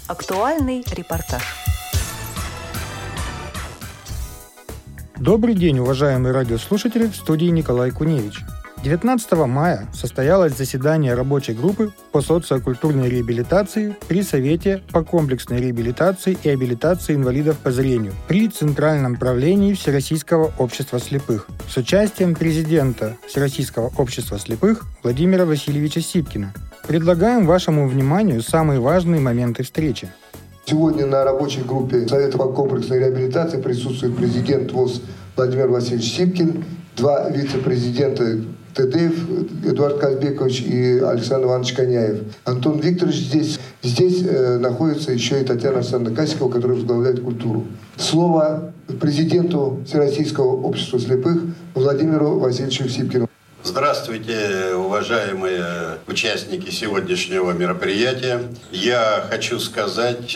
Актуальный репортаж. Добрый день, уважаемые радиослушатели, в студии Николай Куневич. 19 мая состоялось заседание рабочей группы по социокультурной реабилитации при Совете по комплексной реабилитации и абилитации инвалидов по зрению при Центральном правлении Всероссийского общества слепых с участием президента Всероссийского общества слепых Владимира Васильевича Сипкина. Предлагаем вашему вниманию самые важные моменты встречи. Сегодня на рабочей группе Совета по комплексной реабилитации присутствует президент ВОС Владимир Васильевич Сипкин, два вице-президента Тедеев Эдуард Казбекович и Александр Иванович Коняев. Антон Викторович здесь. Здесь находится еще и Татьяна Александровна Касикова, которая возглавляет культуру. Слово президенту Всероссийского общества слепых Владимиру Васильевичу Сипкину. Здравствуйте, уважаемые участники сегодняшнего мероприятия. Я хочу сказать,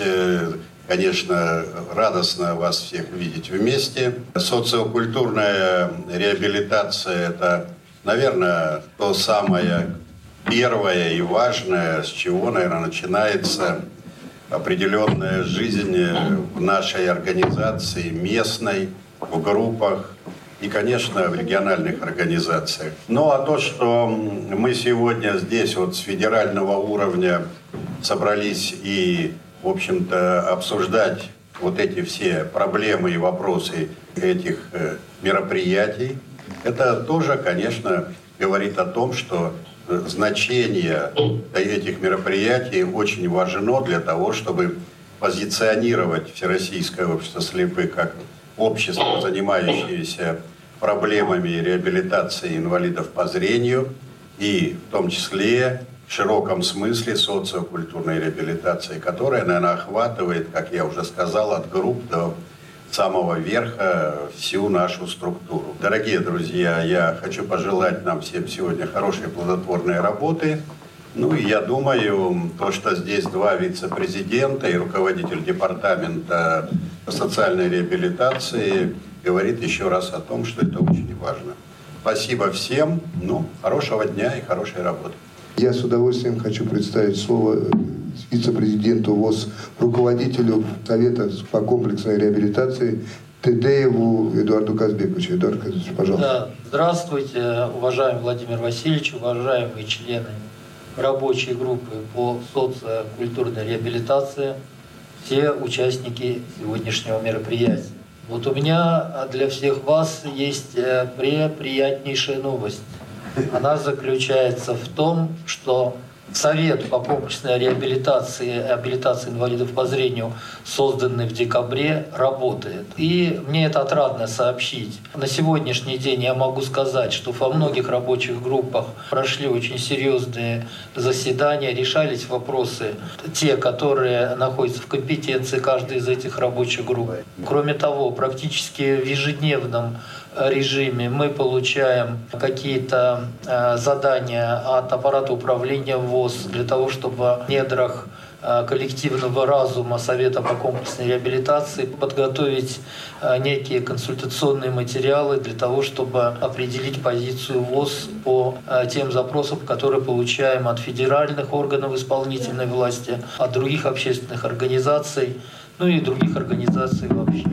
конечно, радостно вас всех видеть вместе. Социокультурная реабилитация – это, наверное, то самое первое и важное, с чего, наверное, начинается определенная жизнь в нашей организации, местной, в группах и, конечно, в региональных организациях. Ну, а то, что мы сегодня здесь вот с федерального уровня собрались и, в общем-то, обсуждать вот эти все проблемы и вопросы этих мероприятий, это тоже, конечно, говорит о том, что значение этих мероприятий очень важно для того, чтобы позиционировать Всероссийское общество слепых как общество, занимающееся проблемами реабилитации инвалидов по зрению и в том числе в широком смысле социокультурной реабилитации, которая, наверное, охватывает, как я уже сказал, от групп до самого верха всю нашу структуру. Дорогие друзья, я хочу пожелать нам всем сегодня хорошей плодотворной работы. Ну и я думаю, то, что здесь два вице-президента и руководитель департамента социальной реабилитации говорит еще раз о том, что это очень важно. Спасибо всем, хорошего дня и хорошей работы. Я с удовольствием хочу представить слово вице-президенту ВОС, руководителю Совета по комплексной реабилитации Тедееву Эдуарду Казбековичу. Эдуард Казбекович, пожалуйста. Да. Здравствуйте, уважаемый Владимир Васильевич, уважаемые члены рабочей группы по социокультурной реабилитации, все участники сегодняшнего мероприятия. Вот у меня для всех вас есть приятнейшая новость. Она заключается в том, что Совет по комплексной реабилитации и абилитации инвалидов по зрению, созданный в декабре, работает. И мне это отрадно сообщить. На сегодняшний день я могу сказать, что во многих рабочих группах прошли очень серьезные заседания, решались вопросы, те, которые находятся в компетенции каждой из этих рабочих групп. Кроме того, практически в ежедневном режиме мы получаем какие-то задания от аппарата управления ВОС для того, чтобы в недрах коллективного разума Совета по комплексной реабилитации подготовить некие консультационные материалы для того, чтобы определить позицию ВОС по тем запросам, которые получаем от федеральных органов исполнительной власти, от других общественных организаций, и других организаций вообще.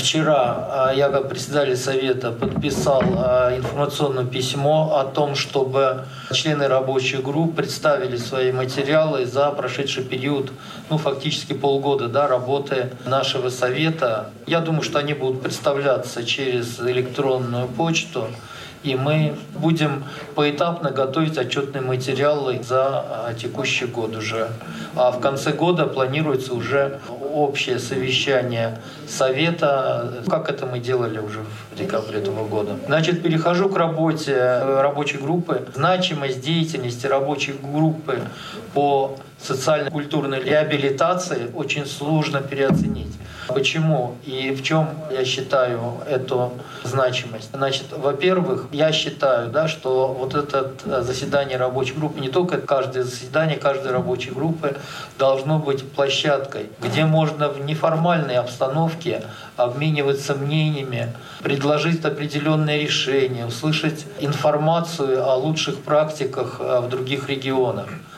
Вчера я, как председатель Совета, подписал информационное письмо о том, чтобы члены рабочих групп представили свои материалы за прошедший период, фактически полгода работы нашего Совета. Я думаю, что они будут представляться через электронную почту, и мы будем поэтапно готовить отчетные материалы за текущий год уже. А в конце года планируется уже общее совещание Совета, как это мы делали уже в декабре этого года. Значит, перехожу к работе рабочей группы. Значимость деятельности рабочей группы по социально-культурной реабилитации очень сложно переоценить. Почему и в чем я считаю эту значимость? Значит, во-первых, я считаю, что вот это заседание рабочей группы, не только каждое заседание каждой рабочей группы должно быть площадкой, где можно в неформальной обстановке обмениваться мнениями, предложить определенные решения, услышать информацию о лучших практиках в других регионах.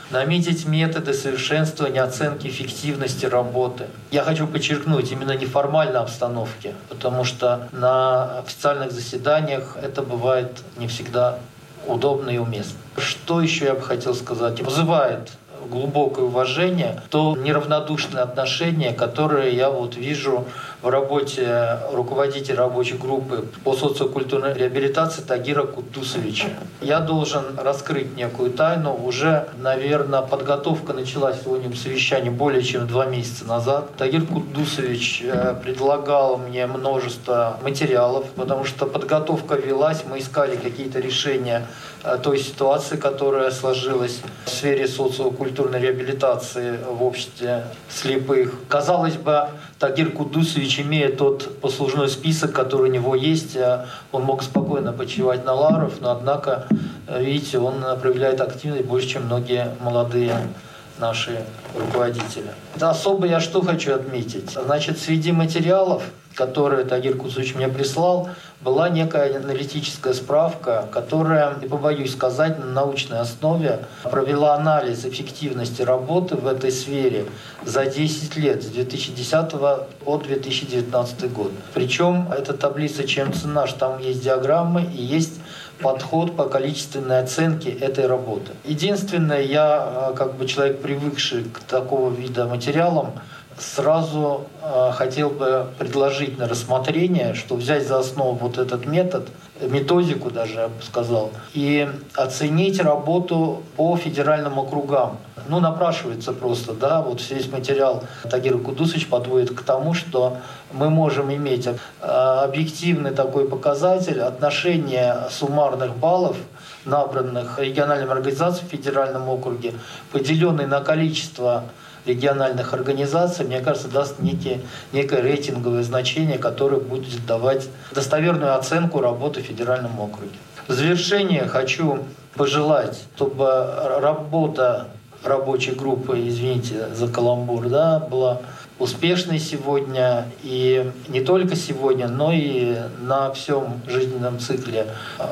наметить методы совершенствования оценки эффективности работы. Я хочу подчеркнуть именно неформальной обстановке, потому что на официальных заседаниях это бывает не всегда удобно и уместно. Что еще я бы хотел сказать? Вызывает глубокое уважение то неравнодушное отношение, которое я вижу в работе руководителя рабочей группы по социокультурной реабилитации Тагира Куддусовича. Я должен раскрыть некую тайну. Уже, наверное, подготовка началась в сегодняшнем совещании более чем 2 месяца назад. Тагир Куддусович предлагал мне множество материалов, потому что подготовка велась, мы искали какие-то решения той ситуации, которая сложилась в сфере социокультурной реабилитации в обществе слепых. Казалось бы, Тагир Куддусович, имея тот послужной список, который у него есть, он мог спокойно почивать на лаврах, но однако, видите, он проявляет активность больше, чем многие молодые наши руководители. Особо я что хочу отметить? Значит, среди материалов, которые Тагир Куддусович мне прислал, была некая аналитическая справка, которая, не побоюсь сказать, на научной основе провела анализ эффективности работы в этой сфере за 10 лет, с 2010 по 2019 год. Причем эта таблица чем ценна, что там есть диаграммы и есть подход по количественной оценке этой работы. Единственное, я, как бы человек, привыкший к такого вида материалам, сразу хотел бы предложить на рассмотрение, что взять за основу вот этот метод, методику даже, я бы сказал, и оценить работу по федеральным округам. Напрашивается просто, да, вот весь материал Тагир Куддусович подводит к тому, что мы можем иметь объективный такой показатель отношения суммарных баллов, набранных региональными организациями в федеральном округе, поделенный на количество региональных организаций, мне кажется, даст некое рейтинговое значение, которое будет давать достоверную оценку работы в федеральном округе. В завершение хочу пожелать, чтобы работа рабочей группы, извините за каламбур, да, была успешной сегодня, и не только сегодня, но и на всем жизненном цикле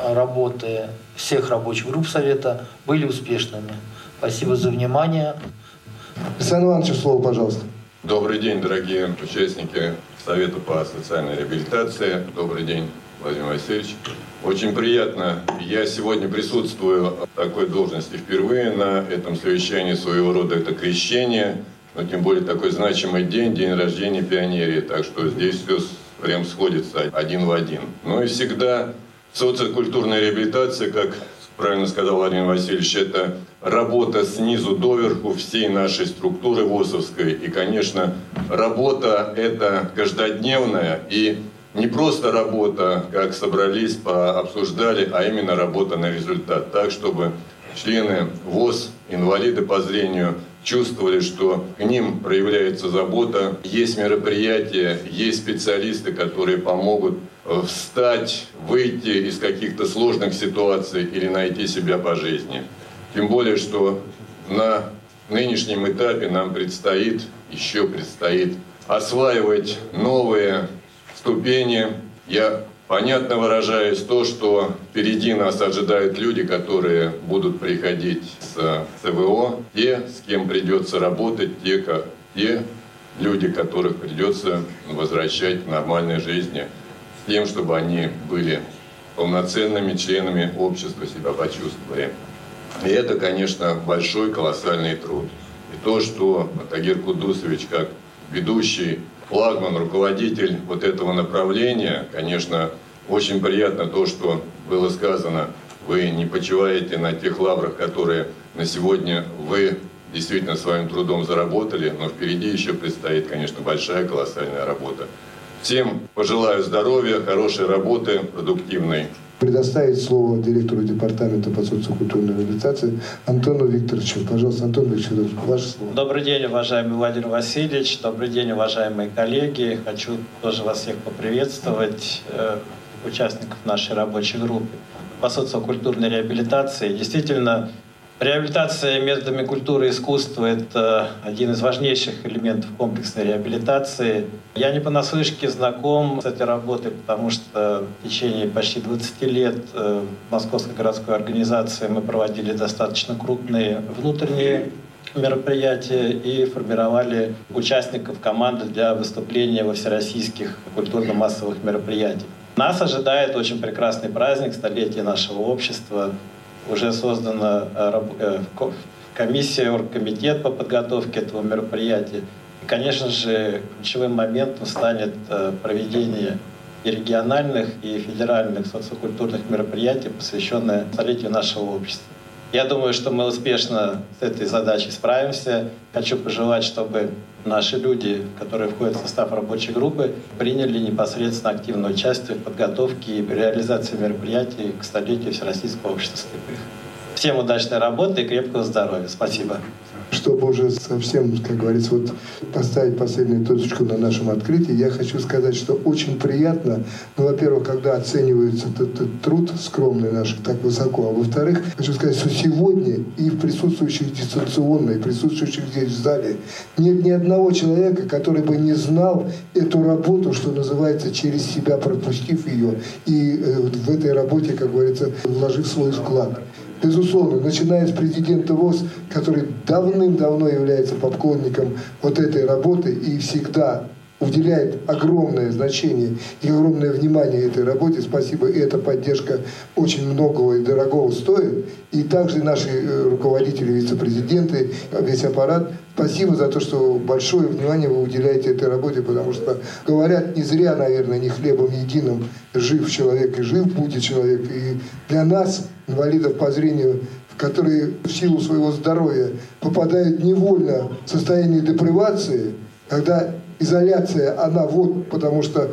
работы всех рабочих групп Совета были успешными. Спасибо за внимание. Александр Иванович, слово, пожалуйста. Добрый день, дорогие участники Совета по социальной реабилитации. Добрый день, Владимир Васильевич. Очень приятно. Я сегодня присутствую в такой должности впервые на этом совещании. Своего рода это крещение, но тем более такой значимый день, день рождения пионерии. Так что здесь все прям сходится один в один. Ну и всегда социокультурная реабилитация, как правильно сказал Владимир Васильевич, это работа снизу доверху всей нашей структуры ВОСовской. И, конечно, работа это каждодневная и не просто работа, как собрались, пообсуждали, а именно работа на результат. Так, чтобы члены ВОС, инвалиды по зрению, чувствовали, что к ним проявляется забота, есть мероприятия, есть специалисты, которые помогут встать, выйти из каких-то сложных ситуаций или найти себя по жизни. Тем более, что на нынешнем этапе нам еще предстоит осваивать новые ступени. Я понятно выражаюсь то, что впереди нас ожидают люди, которые будут приходить с ЦВО, те, с кем придется работать, те люди, которых придется возвращать к нормальной жизни, с тем, чтобы они были полноценными членами общества, себя почувствовали. И это, конечно, большой, колоссальный труд. И то, что Тагир Куддусович, как ведущий, флагман, руководитель вот этого направления, конечно, очень приятно то, что было сказано. Вы не почиваете на тех лаврах, которые на сегодня вы действительно своим трудом заработали, но впереди еще предстоит, конечно, большая, колоссальная работа. Всем пожелаю здоровья, хорошей работы, продуктивной. Предоставить слово директору департамента по социокультурной реабилитации Антону Викторовичу. Пожалуйста, Антон Викторович, ваше слово. Добрый день, уважаемый Владимир Васильевич. Добрый день, уважаемые коллеги. Хочу тоже вас всех поприветствовать, участников нашей рабочей группы по социокультурной реабилитации. Действительно, Реабилитация методами культуры и искусства – это один из важнейших элементов комплексной реабилитации. Я не понаслышке знаком с этой работой, потому что в течение почти 20 лет в Московской городской организации мы проводили достаточно крупные внутренние мероприятия и формировали участников команды для выступления во всероссийских культурно-массовых мероприятиях. Нас ожидает очень прекрасный праздник, столетие нашего общества. Уже создана комиссия, оргкомитет по подготовке этого мероприятия. И, конечно же, ключевым моментом станет проведение и региональных, и федеральных социокультурных мероприятий, посвященных столетию нашего общества. Я думаю, что мы успешно с этой задачей справимся. Хочу пожелать, чтобы наши люди, которые входят в состав рабочей группы, приняли непосредственно активное участие в подготовке и реализации мероприятий к столетию Всероссийского общества слепых. Всем удачной работы и крепкого здоровья. Спасибо. Чтобы уже совсем, как говорится, вот поставить последнюю точку на нашем открытии, я хочу сказать, что очень приятно, во-первых, когда оценивается этот труд скромный наш так высоко, а во-вторых, хочу сказать, что сегодня и в присутствующих дистанционно, и присутствующих здесь в зале нет ни одного человека, который бы не знал эту работу, что называется, через себя пропустив ее и в этой работе, как говорится, вложив свой вклад. Безусловно, начиная с президента ВОС, который давным-давно является поклонником вот этой работы и всегда уделяет огромное значение и огромное внимание этой работе. Спасибо, и эта поддержка очень многого и дорогого стоит. И также наши руководители, вице-президенты, весь аппарат. Спасибо за то, что большое внимание вы уделяете этой работе, потому что, говорят, не зря, наверное, не хлебом единым жив человек и жив будет человек. И для нас, инвалидов по зрению, которые в силу своего здоровья попадают невольно в состояние депривации, когда изоляция, она вот, потому что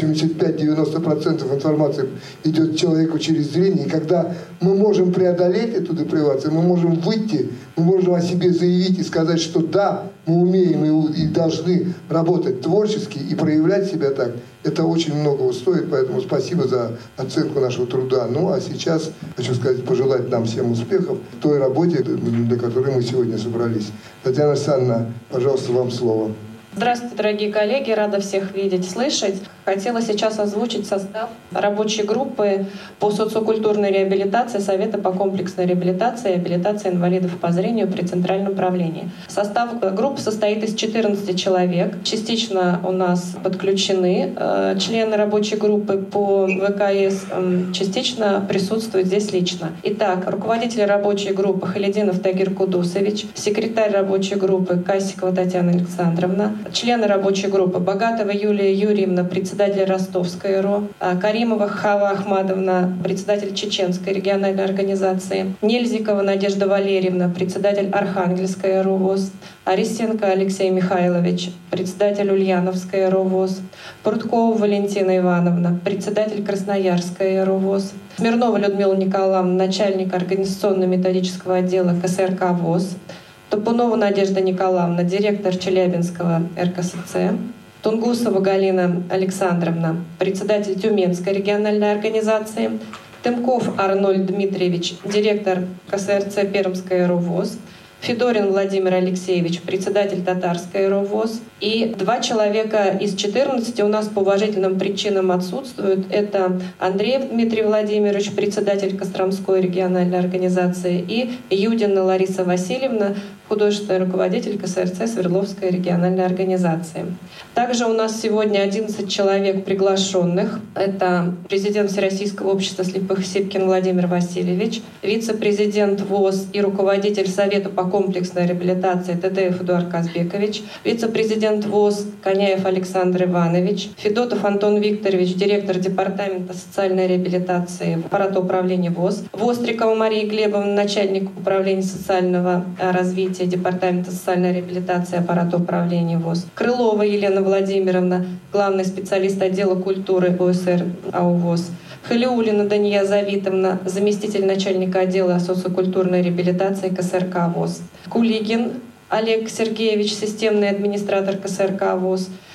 85-90% информации идет человеку через зрение. И когда мы можем преодолеть эту депривацию, мы можем выйти, мы можем о себе заявить и сказать, что да, мы умеем и должны работать творчески и проявлять себя так, это очень многого стоит, поэтому спасибо за оценку нашего труда. Ну а сейчас хочу сказать, пожелать нам всем успехов в той работе, для которой мы сегодня собрались. Татьяна Александровна, пожалуйста, вам слово. Здравствуйте, дорогие коллеги, рада всех видеть, слышать. Хотела сейчас озвучить состав рабочей группы по социокультурной реабилитации Совета по комплексной реабилитации и реабилитации инвалидов по зрению при Центральном правлении. Состав группы состоит из 14 человек. Частично у нас подключены члены рабочей группы по ВКС, частично присутствуют здесь лично. Итак, руководитель рабочей группы Халидинов Тагир Кудусович, секретарь рабочей группы Касикова Татьяна Александровна, члены рабочей группы Богатова Юлия Юрьевна, председатель Ростовской РО, Каримова Хава Ахмадовна, председатель Чеченской региональной организации, Нельзикова Надежда Валерьевна, председатель Архангельской РО ВОС, Арисенко Алексей Михайлович, председатель Ульяновской РО ВОС, Пруткова Валентина Ивановна, председатель Красноярской РО ВОС, Смирнова Людмила Николаевна, начальник организационно-методического отдела КСРК ВОС, Топунова Надежда Николаевна, директор Челябинского РКСЦ, Тунгусова Галина Александровна, председатель Тюменской региональной организации, Тымков Арнольд Дмитриевич, директор КСРЦ Пермской РО ВОС, Федорин Владимир Алексеевич, председатель Татарской РО ВОС. И 2 человека из 14 у нас по уважительным причинам отсутствуют. Это Андреев Дмитрий Владимирович, председатель Костромской региональной организации, и Юдина Лариса Васильевна, художественный руководитель КСРЦ Свердловской региональной организации. Также у нас сегодня 11 человек приглашенных. Это президент Всероссийского общества слепых Сипкин Владимир Васильевич, вице-президент ВОС и руководитель Совета по комплексной реабилитации ТДФ Эдуард Казбекович, вице-президент ВОС Коняев Александр Иванович, Федотов Антон Викторович, директор департамента социальной реабилитации аппарата управления ВОС, Вострикова Мария Глебовна, начальник управления социального развития департамента социальной реабилитации аппарата управления ВОС, Крылова Елена Владимировна, главный специалист отдела культуры ОСР АО ВОС, Халиулина Дания Завитовна, заместитель начальника отдела социокультурной реабилитации КСРК ВОС, Кулигин Олег Сергеевич, системный администратор КСРК ВОС,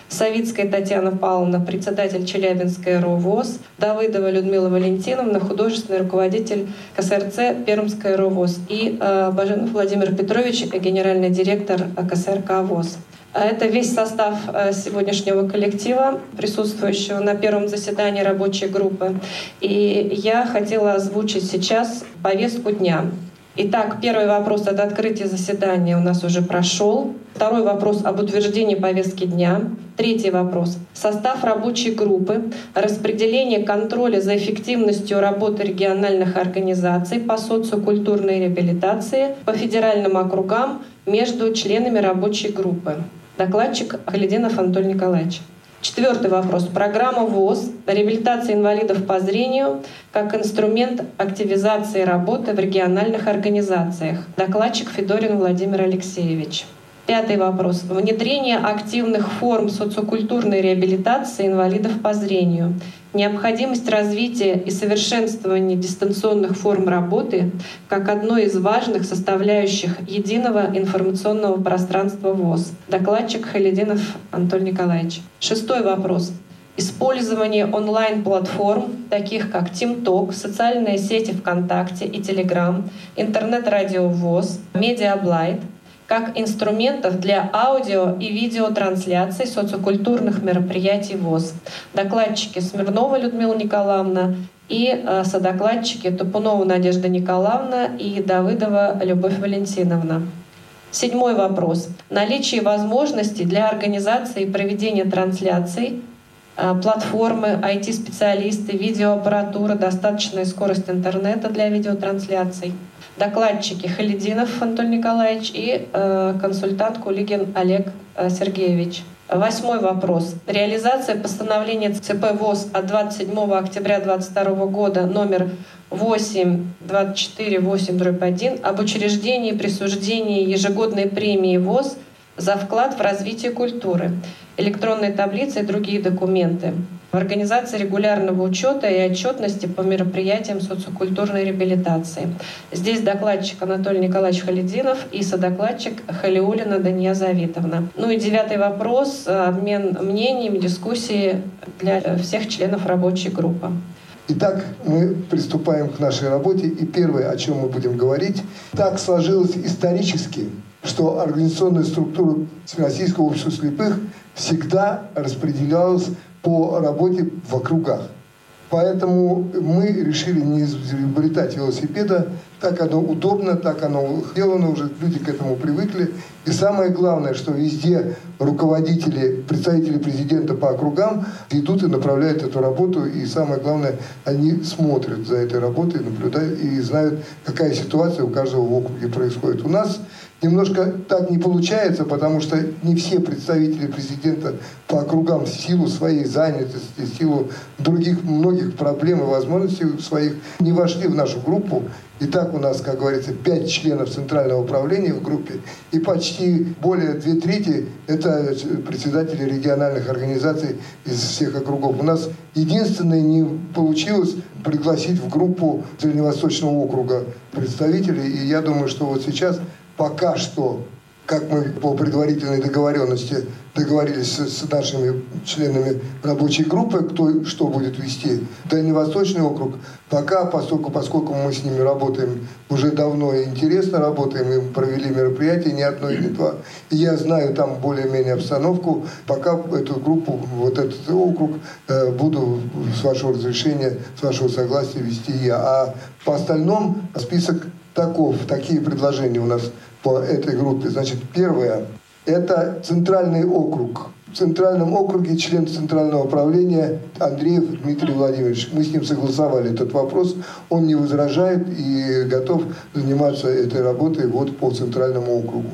Савицкая Татьяна Павловна, председатель Челябинской РО ВОС, Давыдова Людмила Валентиновна, художественный руководитель КСРЦ Пермская РО ВОС и Баженов Владимир Петрович, генеральный директор КСРК ВОС. Это весь состав сегодняшнего коллектива, присутствующего на первом заседании рабочей группы. И я хотела озвучить сейчас повестку дня. Итак, первый вопрос от открытия заседания у нас уже прошел. Второй вопрос об утверждении повестки дня. Третий вопрос. Состав рабочей группы, распределение контроля за эффективностью работы региональных организаций по социокультурной реабилитации по федеральным округам между членами рабочей группы. Докладчик Халидинов Анатолий Николаевич. Четвертый вопрос. Программа ВОС «Реабилитация инвалидов по зрению» как инструмент активизации работы в региональных организациях. Докладчик Федорин Владимир Алексеевич. Пятый вопрос. Внедрение активных форм социокультурной реабилитации инвалидов по зрению. Необходимость развития и совершенствования дистанционных форм работы как одной из важных составляющих единого информационного пространства ВОС. Докладчик Халидинов Анатолий Николаевич. Шестой вопрос. Использование онлайн-платформ, таких как TeamTalk, социальные сети ВКонтакте и Telegram, интернет-радио ВОС, Медиаблайт, как инструментов для аудио и видеотрансляции социокультурных мероприятий ВОС. Докладчики Смирнова Людмила Николаевна и содокладчики Тупунова Надежда Николаевна и Давыдова Любовь Валентиновна. Седьмой вопрос. Наличие возможностей для организации и проведения трансляций, платформы, IT-специалисты, видеоаппаратура, достаточная скорость интернета для видеотрансляций. Докладчики Халидинов Анатолий Николаевич и консультант Кулигин Олег Сергеевич. Восьмой вопрос. Реализация постановления ЦП ВОС от 27 октября 2022 года номер 8.24.8/1 об учреждении и присуждении ежегодной премии ВОС за вклад в развитие культуры, электронные таблицы и другие документы, в организации регулярного учета и отчетности по мероприятиям социокультурной реабилитации. Здесь докладчик Анатолий Николаевич Халидинов и содокладчик Халиуллина Дания Завитовна. Ну и девятый вопрос — обмен мнениями, дискуссии для всех членов рабочей группы. Итак, мы приступаем к нашей работе. И первое, о чем мы будем говорить, так сложилось исторически, что организационная структура Всероссийского общества слепых всегда распределялась по работе в округах. Поэтому мы решили не изобретать велосипеда. Так оно удобно, так оно сделано, уже люди к этому привыкли. И самое главное, что везде руководители, представители президента по округам идут и направляют эту работу. И самое главное, они смотрят за этой работой, наблюдают и знают, какая ситуация у каждого в округе происходит. У нас немножко так не получается, потому что не все представители президента по округам в силу своей занятости, в силу других многих проблем и возможностей своих не вошли в нашу группу. И так у нас, как говорится, 5 членов центрального управления в группе, и почти более 2/3 это председатели региональных организаций из всех округов. У нас единственное не получилось пригласить в группу Дальневосточного округа представителей, и я думаю, что вот сейчас пока что, как мы по предварительной договоренности договорились с нашими членами рабочей группы, кто что будет вести, Дальневосточный округ, пока, поскольку мы с ними работаем уже давно и интересно работаем, и провели мероприятия не одно и не два, и я знаю там более-менее обстановку, пока эту группу, вот этот округ буду с вашего разрешения, с вашего согласия вести я. А по остальному список таков, такие предложения у нас по этой группе. Значит, первое – это центральный округ. В центральном округе член центрального управления Андреев Дмитрий Владимирович. Мы с ним согласовали этот вопрос. Он не возражает и готов заниматься этой работой вот по центральному округу.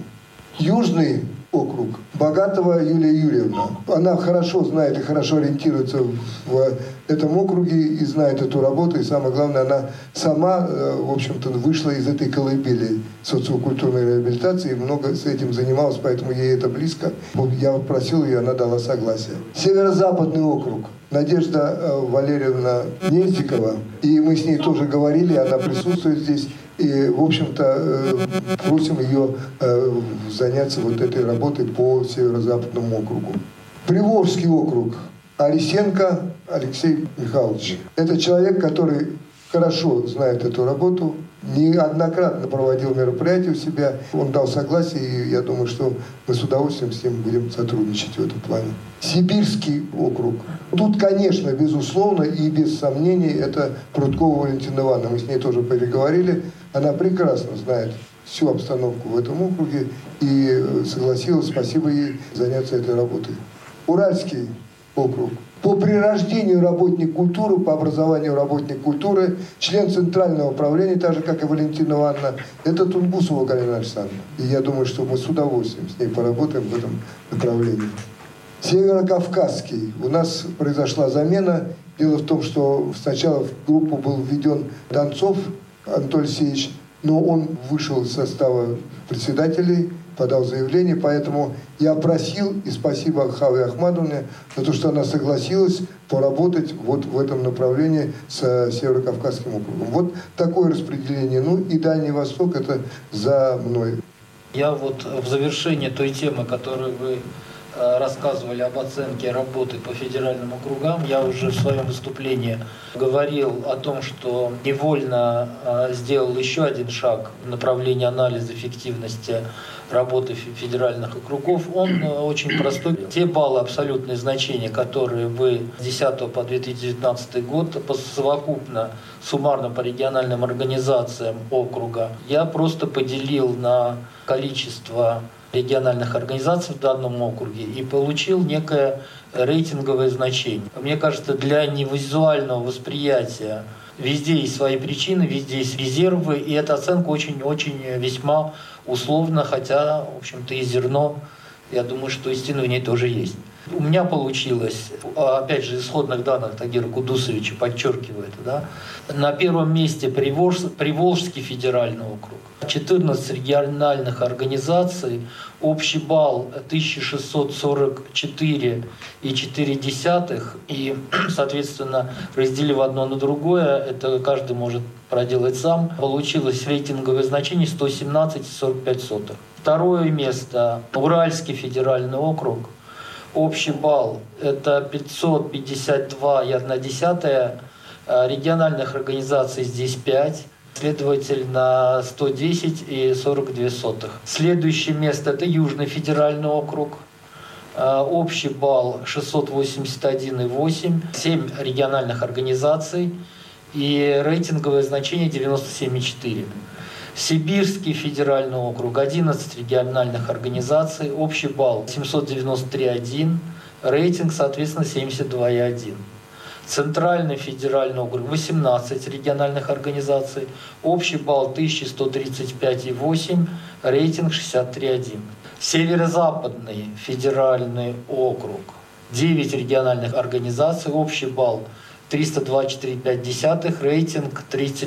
Южный округ. Богатова Юлия Юрьевна. Она хорошо знает и хорошо ориентируется в этом округе и знает эту работу. И самое главное, она сама, в общем-то, вышла из этой колыбели социокультурной реабилитации и много с этим занималась, поэтому ей это близко. Я просил ее, она дала согласие. Северо-западный округ. Надежда Валерьевна Нельзикова. И мы с ней тоже говорили, она присутствует здесь. И, в общем-то, просим ее заняться вот этой работой по Северо-западному округу. Приволжский округ. Арисенко Алексей Михайлович. Это человек, который хорошо знает эту работу, неоднократно проводил мероприятия у себя. Он дал согласие, и я думаю, что мы с удовольствием с ним будем сотрудничать в этом плане. Сибирский округ. Тут, конечно, безусловно и без сомнений, это Прудкова Валентина Ивановна. Мы с ней тоже переговорили. Она прекрасно знает всю обстановку в этом округе и согласилась, спасибо ей, заняться этой работой. Уральский округ. По прирождению работник культуры, по образованию работник культуры, член Центрального управления, так же, как и Валентина Ивановна, это Тунгусова Галина Александровна. И я думаю, что мы с удовольствием с ней поработаем в этом направлении. Северокавказский. У нас произошла замена. Дело в том, что сначала в группу был введен Донцов Анатолий Алексеевич, но он вышел из состава председателей, подал заявление, поэтому я просил, и спасибо Хаве Ахмадовне за то, что она согласилась поработать вот в этом направлении с Северокавказским округом. Вот такое распределение. Ну и Дальний Восток — это за мной. Я вот в завершении той темы, которую вы рассказывали об оценке работы по федеральным округам, я уже в своем выступлении говорил о том, что невольно сделал еще один шаг в направлении анализа эффективности работы федеральных округов. Он очень простой. Те баллы абсолютные значения, которые вы с 2010 по 2019 год совокупно, суммарно по региональным организациям округа, я просто поделил на количество региональных организаций в данном округе и получил некое рейтинговое значение. Мне кажется, для невизуального восприятия везде есть свои причины, везде есть резервы, и эта оценка очень-очень весьма условна, хотя, в общем-то, и зерно, я думаю, что истина в ней тоже есть. У меня получилось, опять же, исходных данных Тагира Кудусовича подчеркивает, да, на первом месте Приволжский федеральный округ, 14 региональных организаций, общий балл 1644,4, и, соответственно, разделив одно на другое, это каждый может проделать сам, получилось рейтинговое значение 117,45. Второе место – Уральский федеральный округ. Общий балл – это 552,1, региональных организаций здесь 5, следовательно, 110,42. Следующее место – это Южный федеральный округ. Общий балл 681,8, 7 региональных организаций и рейтинговое значение 97,4. Сибирский федеральный округ, 11 региональных организаций, общий балл 793,1, рейтинг, соответственно, 72,1. Центральный федеральный округ, 18 региональных организаций, общий балл 1135,8, рейтинг 63,1. Северо-западный федеральный округ, 9 региональных организаций, общий балл 324,5, рейтинг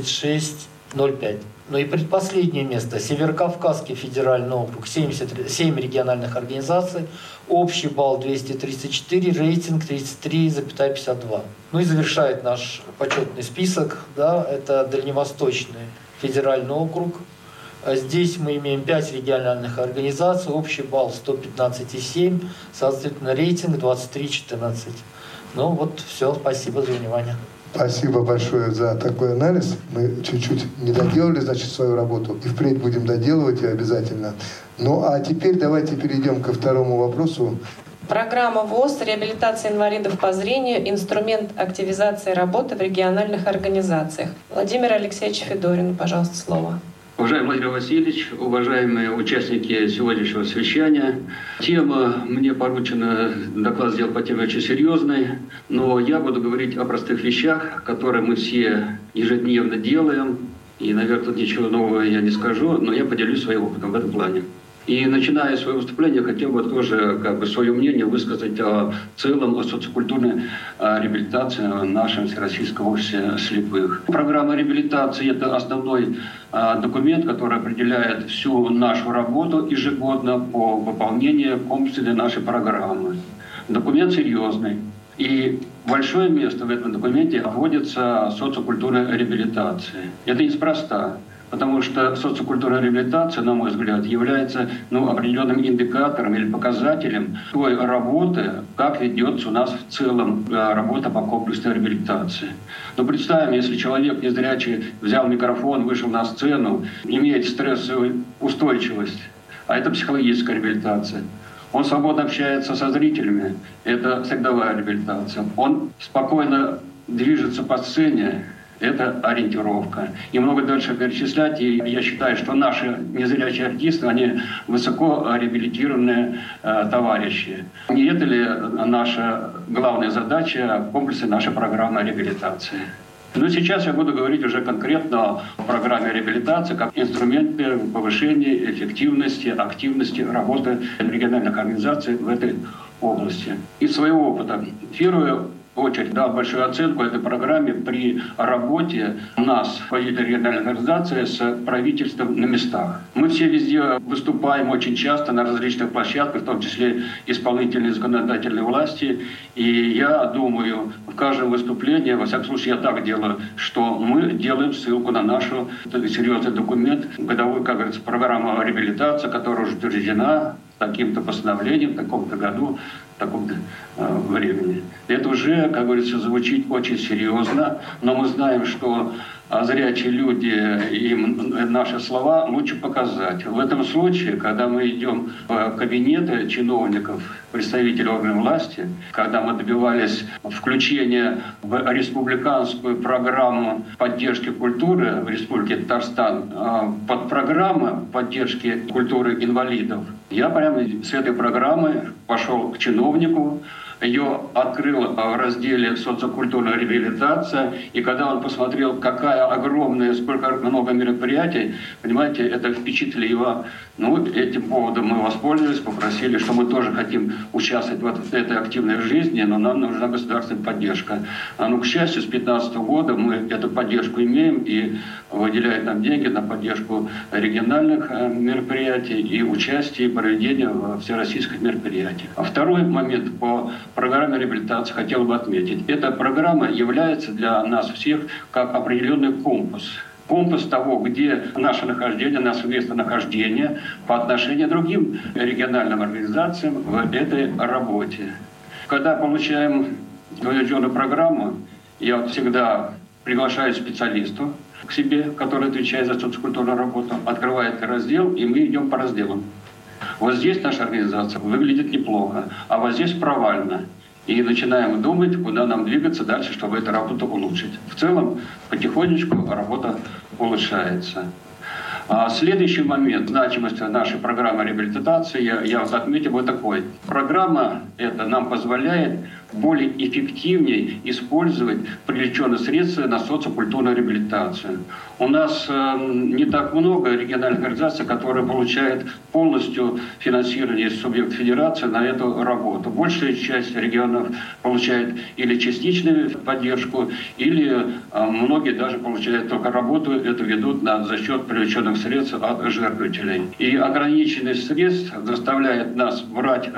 36,05. Ну и предпоследнее место – Северокавказский федеральный округ, 7 региональных организаций, общий балл 234, рейтинг 33,52. Ну и завершает наш почетный список, да, это Дальневосточный федеральный округ. Здесь мы имеем 5 региональных организаций, общий балл 115,7, соответственно, рейтинг 23,14. Ну вот все, спасибо за внимание. Спасибо большое за такой анализ. Мы чуть-чуть не доделали, значит, свою работу. И впредь будем доделывать ее обязательно. Ну а теперь давайте перейдем ко второму вопросу. Программа ВОС «Реабилитация инвалидов по зрению. Инструмент активизации работы в региональных организациях». Владимир Алексеевич Федорин, пожалуйста, слово. Уважаемый Владимир Васильевич, уважаемые участники сегодняшнего совещания, тема, мне поручено доклад сделать по теме очень серьезной, но я буду говорить о простых вещах, которые мы все ежедневно делаем, и, наверное, тут ничего нового я не скажу, но я поделюсь своим опытом в этом плане. И начиная свое выступление, хотел бы тоже свое мнение высказать о целом, о социокультурной реабилитации нашем Всероссийском обществе слепых. Программа реабилитации – это основной документ, который определяет всю нашу работу ежегодно по выполнению комплексной нашей программы. Документ серьезный. И большое место в этом документе отводится социокультурной реабилитации. Это неспроста. Потому что социокультурная реабилитация, на мой взгляд, является определенным индикатором или показателем той работы, как ведется у нас в целом работа по комплексной реабилитации. Но представим, если человек незрячий взял микрофон, вышел на сцену, имеет стрессовую устойчивость, а это психологическая реабилитация. Он свободно общается со зрителями, это средовая реабилитация. Он спокойно движется по сцене, это ориентировка. И много дальше перечислять. И я считаю, что наши незрячие артисты, они высоко реабилитированные товарищи. Не это ли наша главная задача комплексной нашей программы реабилитации? Но сейчас я буду говорить уже конкретно о программе реабилитации как инструменте повышения эффективности, активности работы региональных организаций в этой области. Из своего опыта, в первую очередь, дал большую оценку этой программе при работе нас, водителей региональной организации, с правительством на местах. Мы все везде выступаем очень часто на различных площадках, в том числе исполнительной и законодательной власти. И я думаю, в каждом выступлении, во всяком случае, я так делаю, что мы делаем ссылку на наш серьезный документ, годовую, как говорится, программу реабилитации, которая уже утверждена таким-то постановлением, в таком-то году, в таком-то времени. Это уже, как говорится, звучит очень серьезно, но мы знаем, что зрячие люди, им наши слова лучше показать. В этом случае, когда мы идем в кабинеты чиновников, представителей органов власти, когда мы добивались включения в республиканскую программу поддержки культуры в Республике Татарстан, под программу поддержки культуры инвалидов, я прямо с этой программы пошел к чиновнику, ее открыл в разделе «Социокультурная реабилитация», и когда он посмотрел, какая огромная, сколько много мероприятий, понимаете, это впечатлило. Этим поводом мы воспользовались, попросили, что мы тоже хотим участвовать в этой активной жизни, но нам нужна государственная поддержка. К счастью, с 2015 года мы эту поддержку имеем и выделяют нам деньги на поддержку региональных мероприятий и участие и проведение всероссийских мероприятий. А второй момент по программе реабилитации хотел бы отметить. Эта программа является для нас всех как определенный компас. Компас того, где наше нахождение, наше местонахождение по отношению к другим региональным организациям в этой работе. Когда получаем утвержденную программу, я всегда приглашаю специалиста к себе, который отвечает за социокультурную работу, открывает раздел, и мы идем по разделам. Вот здесь наша организация выглядит неплохо, а вот здесь провально. И начинаем думать, куда нам двигаться дальше, чтобы эту работу улучшить. В целом, потихонечку работа улучшается. Следующий момент значимости нашей программы реабилитации я отметил вот такой. Программа эта нам позволяет более эффективнее использовать привлеченные средства на социокультурную реабилитацию. У нас не так много региональных организаций, которые получают полностью финансирование из субъекта федерации на эту работу. Большая часть регионов получает или частичную поддержку, или многие даже получают только работу, это ведут за счет привлеченных средств от жертвователей. И ограниченность средств заставляет нас брать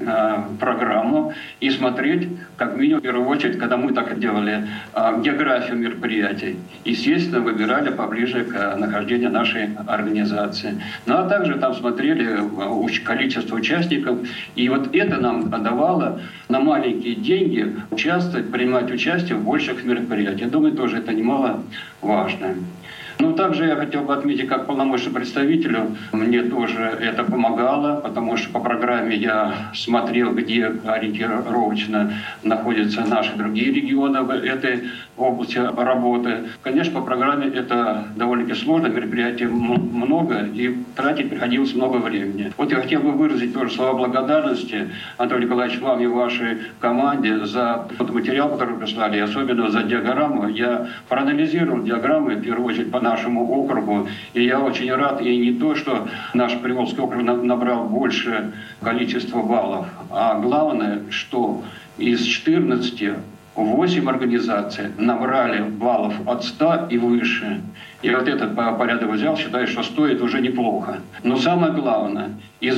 программу и смотреть, как минимум, в первую очередь, когда мы так делали, географию мероприятий. Естественно, выбирали поближе к нахождению нашей организации. А также там смотрели количество участников. И вот это нам давало на маленькие деньги участвовать, принимать участие в больших мероприятиях. Я думаю, тоже это немаловажно. Также я хотел бы отметить, как полномочному представителю, мне тоже это помогало, потому что по программе я смотрел, где ориентировочно находятся наши другие регионы в этой области работы. Конечно, по программе это довольно-таки сложно, мероприятий много, и тратить приходилось много времени. Вот я хотел бы выразить тоже слова благодарности, Анатолий Николаевич, вам и вашей команде за тот материал, который прислали, и особенно за диаграмму. Я проанализировал диаграммы, в первую очередь, по нашему округу, и я очень рад, и не то, что наш Приволжский округ набрал больше количества баллов, а главное, что из 14 8 организаций набрали баллов от 100 и выше. И вот этот порядок взял, считаю, что стоит уже неплохо. Но самое главное, из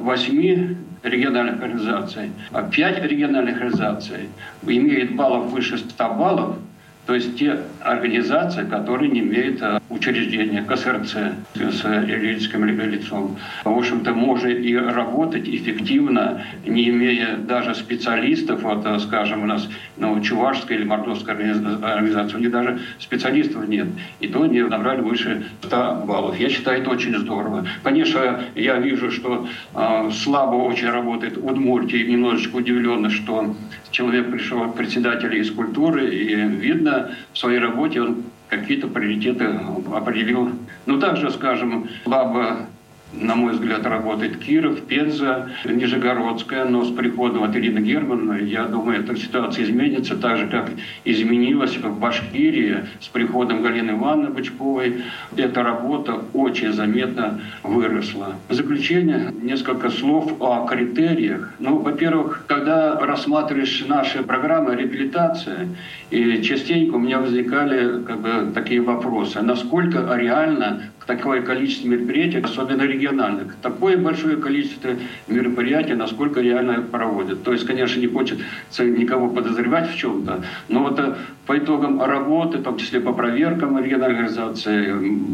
8 региональных организаций, 5 региональных организаций имеют баллов выше 100 баллов, То есть те организации, которые не имеют учреждения КСРЦ с юридическим лицом. В общем-то, можно и работать эффективно, не имея даже специалистов, вот, скажем, у нас чувашская или мордовская организация, у них даже специалистов нет. И то они набрали выше 100 баллов. Я считаю, это очень здорово. Конечно, я вижу, что слабо очень работает Удмуртия, и немножечко удивленно, что человек пришел председатель из культуры, и видно, в своей работе он какие-то приоритеты определил. Ну, также, скажем, слабо, на мой взгляд, работает Киров, Пенза, Нижегородская, но с приходом от Ирины Германовны, я думаю, эта ситуация изменится, так же, как изменилась в Башкирии с приходом Галины Ивановны Бычковой. Эта работа очень заметно выросла. В заключение несколько слов о критериях. Ну, во-первых, когда рассматриваешь наши программы реабилитации, и частенько у меня возникали такие вопросы. Насколько реально такое количество мероприятий, особенно региональных, такое большое количество мероприятий, насколько реально проводят. То есть, конечно, не хочется никого подозревать в чем-то, но вот по итогам работы, в том числе по проверкам региональной организации,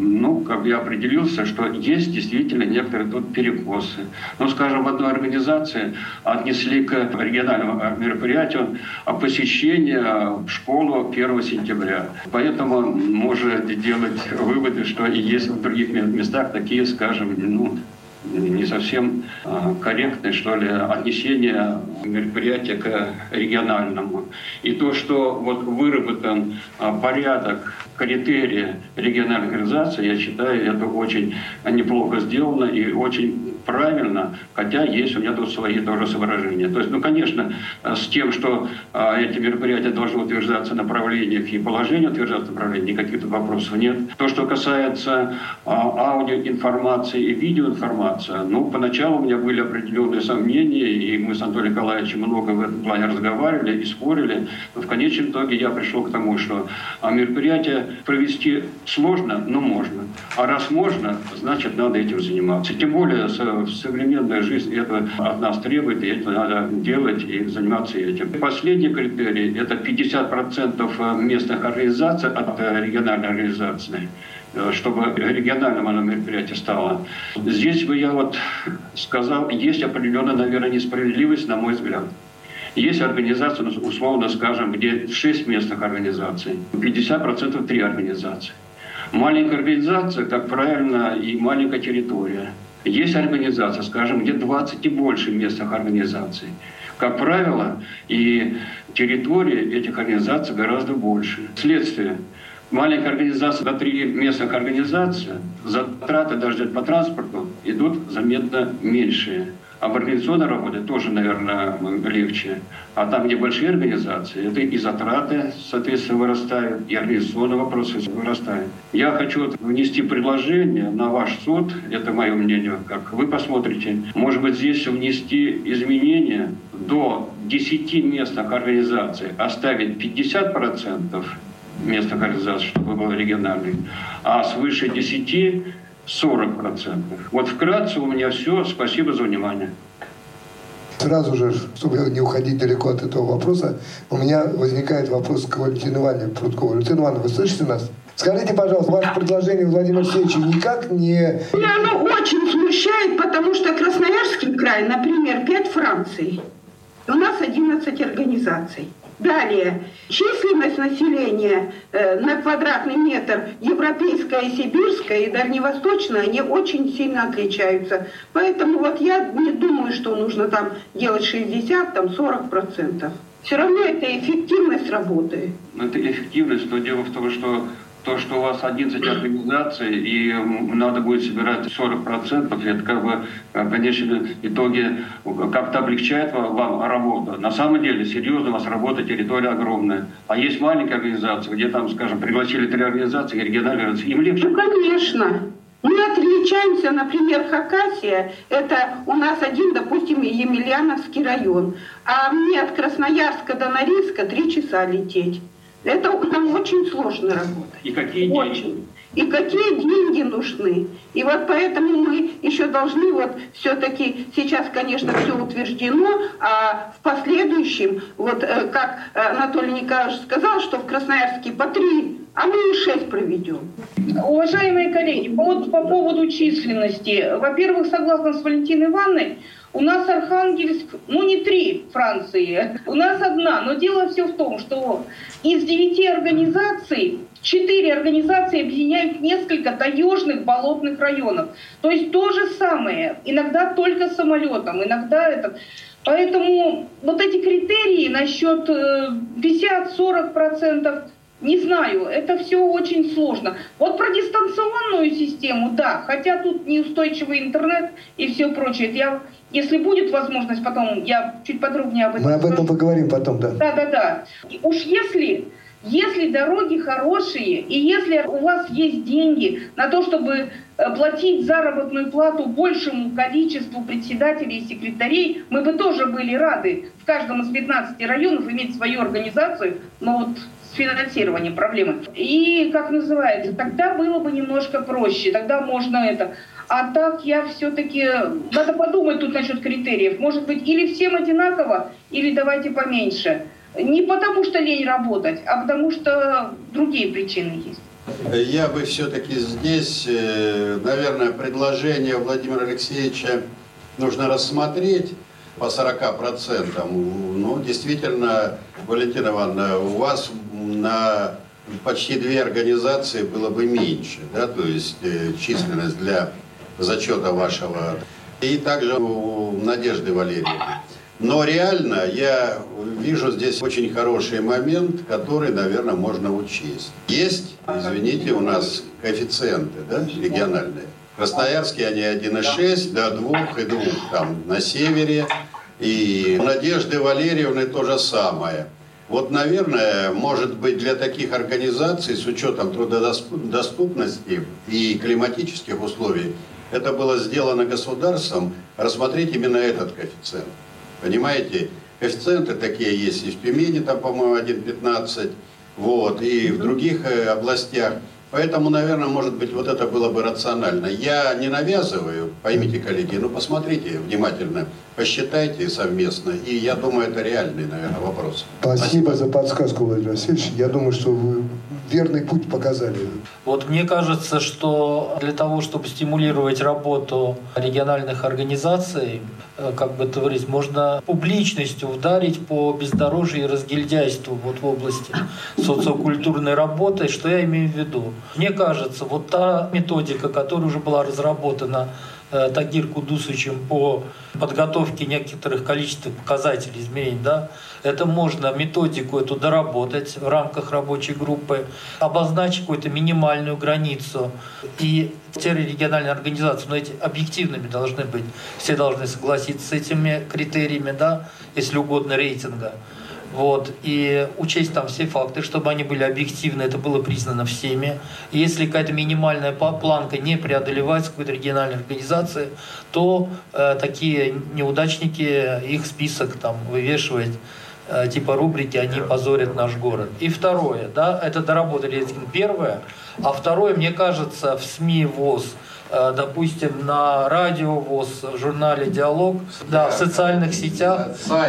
я определился, что есть действительно некоторые тут перекосы. Скажем, в одной организации отнесли к региональному мероприятию посещение в школу 1 сентября. Поэтому можно делать выводы, что и есть в других местах такие, скажем, не совсем корректное, что ли, отнесение мероприятия к региональному. И то, что вот выработан порядок, критерии региональной организации, я считаю, это очень неплохо сделано и очень правильно, хотя есть у меня тут свои тоже соображения. То есть, конечно, с тем, что эти мероприятия должны утверждаться в направлениях и положения утверждаться в направлениях, никаких тут вопросов нет. То, что касается аудиоинформации и видеоинформации, поначалу у меня были определенные сомнения, и мы с Анатолием Николаевичем много в этом плане разговаривали и спорили. Но в конечном итоге я пришел к тому, что мероприятие провести сложно, но можно. А раз можно, значит, надо этим заниматься. Тем более современная жизнь это от нас требует, и это надо делать и заниматься этим. Последний критерий – это 50% местных организаций от региональной организации, чтобы региональным оно мероприятие стало. Здесь бы я сказал, есть определенная, наверное, несправедливость, на мой взгляд. Есть организации, условно скажем, где 6 местных организаций, 50% 3 организации. Маленькая организация, как правильно, и маленькая территория. Есть организация, скажем, где 20 и больше местных организаций. Как правило, и территория этих организаций гораздо больше. Следствие. Маленькая организация до 3 местных организаций, затраты даже по транспорту идут заметно меньшие. А в организационной работе тоже, наверное, легче. А там, где большие организации, это и затраты, соответственно, вырастают, и организационные вопросы вырастают. Я хочу внести предложение на ваш суд, это мое мнение, как вы посмотрите. Может быть, здесь внести изменения до 10 местных организаций, оставить 50% местных организаций, чтобы было региональных, а свыше 10 40%. Вот вкратце у меня все. Спасибо за внимание. Сразу же, чтобы не уходить далеко от этого вопроса, у меня возникает вопрос к Валентине Ивановне Прудковой. Валентина Ивановна, вы слышите нас? Скажите, пожалуйста, ваше предложение Владимира Алексеевича никак не... Меня оно очень смущает, потому что Красноярский край, например, 5 Франций. У нас 11 организаций. Далее, численность населения на квадратный метр европейская, сибирская и дальневосточная, они очень сильно отличаются. Поэтому я не думаю, что нужно там делать 60-40%. Все равно это эффективность работы. Это эффективность, но дело в том, что то, что у вас 11 организаций, и надо будет собирать 40%, это в конечном итоге как-то облегчает вам работу. На самом деле, серьезно, у вас работа, территория огромная. А есть маленькие организации, где там, скажем, пригласили 3 организации, региональные организации, им легче. Конечно. Мы отличаемся, например, Хакасия, это у нас один, допустим, Емельяновский район, а мне от Красноярска до Норильска 3 часа лететь. Это нам очень сложно работать. И какие очень. и какие деньги нужны. И вот поэтому мы еще должны вот все-таки, сейчас, конечно, все утверждено, а в последующем, вот как Анатолий Николаевич сказал, что в Красноярске по 3, а мы и 6 проведем. Уважаемые коллеги, вот по поводу численности. Во-первых, согласно с Валентиной Ивановной, у нас Архангельск, не 3 Франции, у нас 1. Но дело все в том, что из 9 организаций 4 организации объединяют несколько таежных болотных районов. То есть то же самое, иногда только самолетом, иногда это. Поэтому вот эти критерии насчет 50-40%, не знаю, это все очень сложно. Вот про дистанционную систему, да, хотя тут неустойчивый интернет и все прочее. Если будет возможность, потом я чуть подробнее об этом скажу. Мы об этом поговорим потом, да. Да. Уж если дороги хорошие, и если у вас есть деньги на то, чтобы платить заработную плату большему количеству председателей и секретарей, мы бы тоже были рады в каждом из 15 районов иметь свою организацию, но вот с финансированием проблемы. И, как называется, тогда было бы немножко проще, тогда можно это. А так я все-таки... Надо подумать тут насчет критериев. Может быть, или всем одинаково, или давайте поменьше. Не потому что лень работать, а потому что другие причины есть. Я бы все-таки здесь, наверное, предложение Владимира Алексеевича нужно рассмотреть по 40%. Ну, действительно, Валентина Ивановна, у вас на почти 2 организации было бы меньше, да, то есть численность для зачета вашего. И также у Надежды Валерьевны. Но реально я вижу здесь очень хороший момент, который, наверное, можно учесть. Есть, извините, у нас коэффициенты, да, региональные. В Красноярске они 1,6 до 2,2 там на севере. И у Надежды Валерьевны то же самое. Вот, наверное, может быть, для таких организаций с учетом трудодоступности и климатических условий это было сделано государством, рассмотреть именно этот коэффициент. Понимаете, коэффициенты такие есть и в Тюмени, там, по-моему, 1,15, вот, и в других областях. Поэтому, наверное, может быть, вот это было бы рационально. Я не навязываю, поймите, коллеги, ну посмотрите внимательно, посчитайте совместно, и я думаю, это реальный, наверное, вопрос. Спасибо за подсказку, Владимир Васильевич. Я думаю, что вы верный путь показали. Вот мне кажется, что для того, чтобы стимулировать работу региональных организаций, как бы это говорить, можно публичностью ударить по бездорожью и разгильдяйству вот в области социокультурной работы. Что я имею в виду? Мне кажется, вот та методика, которая уже была разработана Тагир Кудусовичем по подготовке некоторых количественных показателей измерений, да, это можно методику эту доработать в рамках рабочей группы, обозначить какую-то минимальную границу. И те региональные организации, но эти объективными должны быть, все должны согласиться с этими критериями, да, если угодно, рейтинга. Вот, и учесть там все факты, чтобы они были объективны, это было признано всеми. И если какая-то минимальная планка не преодолевается какой-то региональной организации, то такие неудачники, их список там вывешивать, типа рубрики «Они позорят наш город». И второе, да, это доработали рейтинг первое, а второе, мне кажется, в СМИ ВОС, допустим, на радио ВОС, в журнале «Диалог», да, в социальных сетях,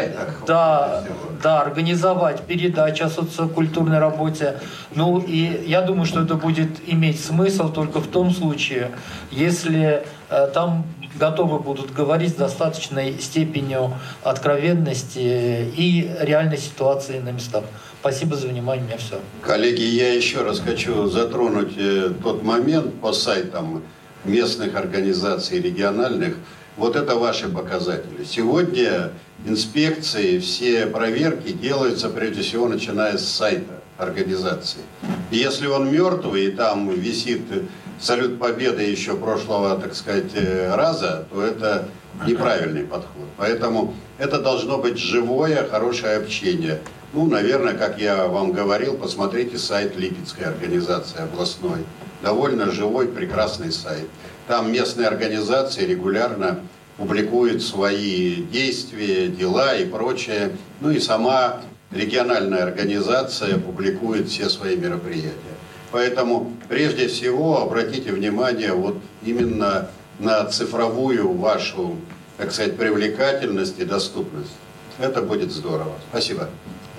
да, организовать передачи о социокультурной работе. Ну и я думаю, что это будет иметь смысл только в том случае, если там готовы будут говорить с достаточной степенью откровенности и реальной ситуации на местах. Спасибо за внимание, у меня все. Коллеги, я еще раз хочу затронуть тот момент по сайтам местных организаций региональных. Вот это ваши показатели. Сегодня инспекции, все проверки делаются прежде всего начиная с сайта организации. И если он мертвый и там висит салют победы еще прошлого, так сказать, раза, то это неправильный подход. Поэтому это должно быть живое, хорошее общение. Ну, наверное, как я вам говорил, посмотрите сайт Липецкой организации областной. Довольно живой, прекрасный сайт. Там местные организации регулярно публикуют свои действия, дела и прочее. Ну и сама региональная организация публикует все свои мероприятия. Поэтому прежде всего обратите внимание вот именно на цифровую вашу, так сказать, привлекательность и доступность. Это будет здорово. Спасибо.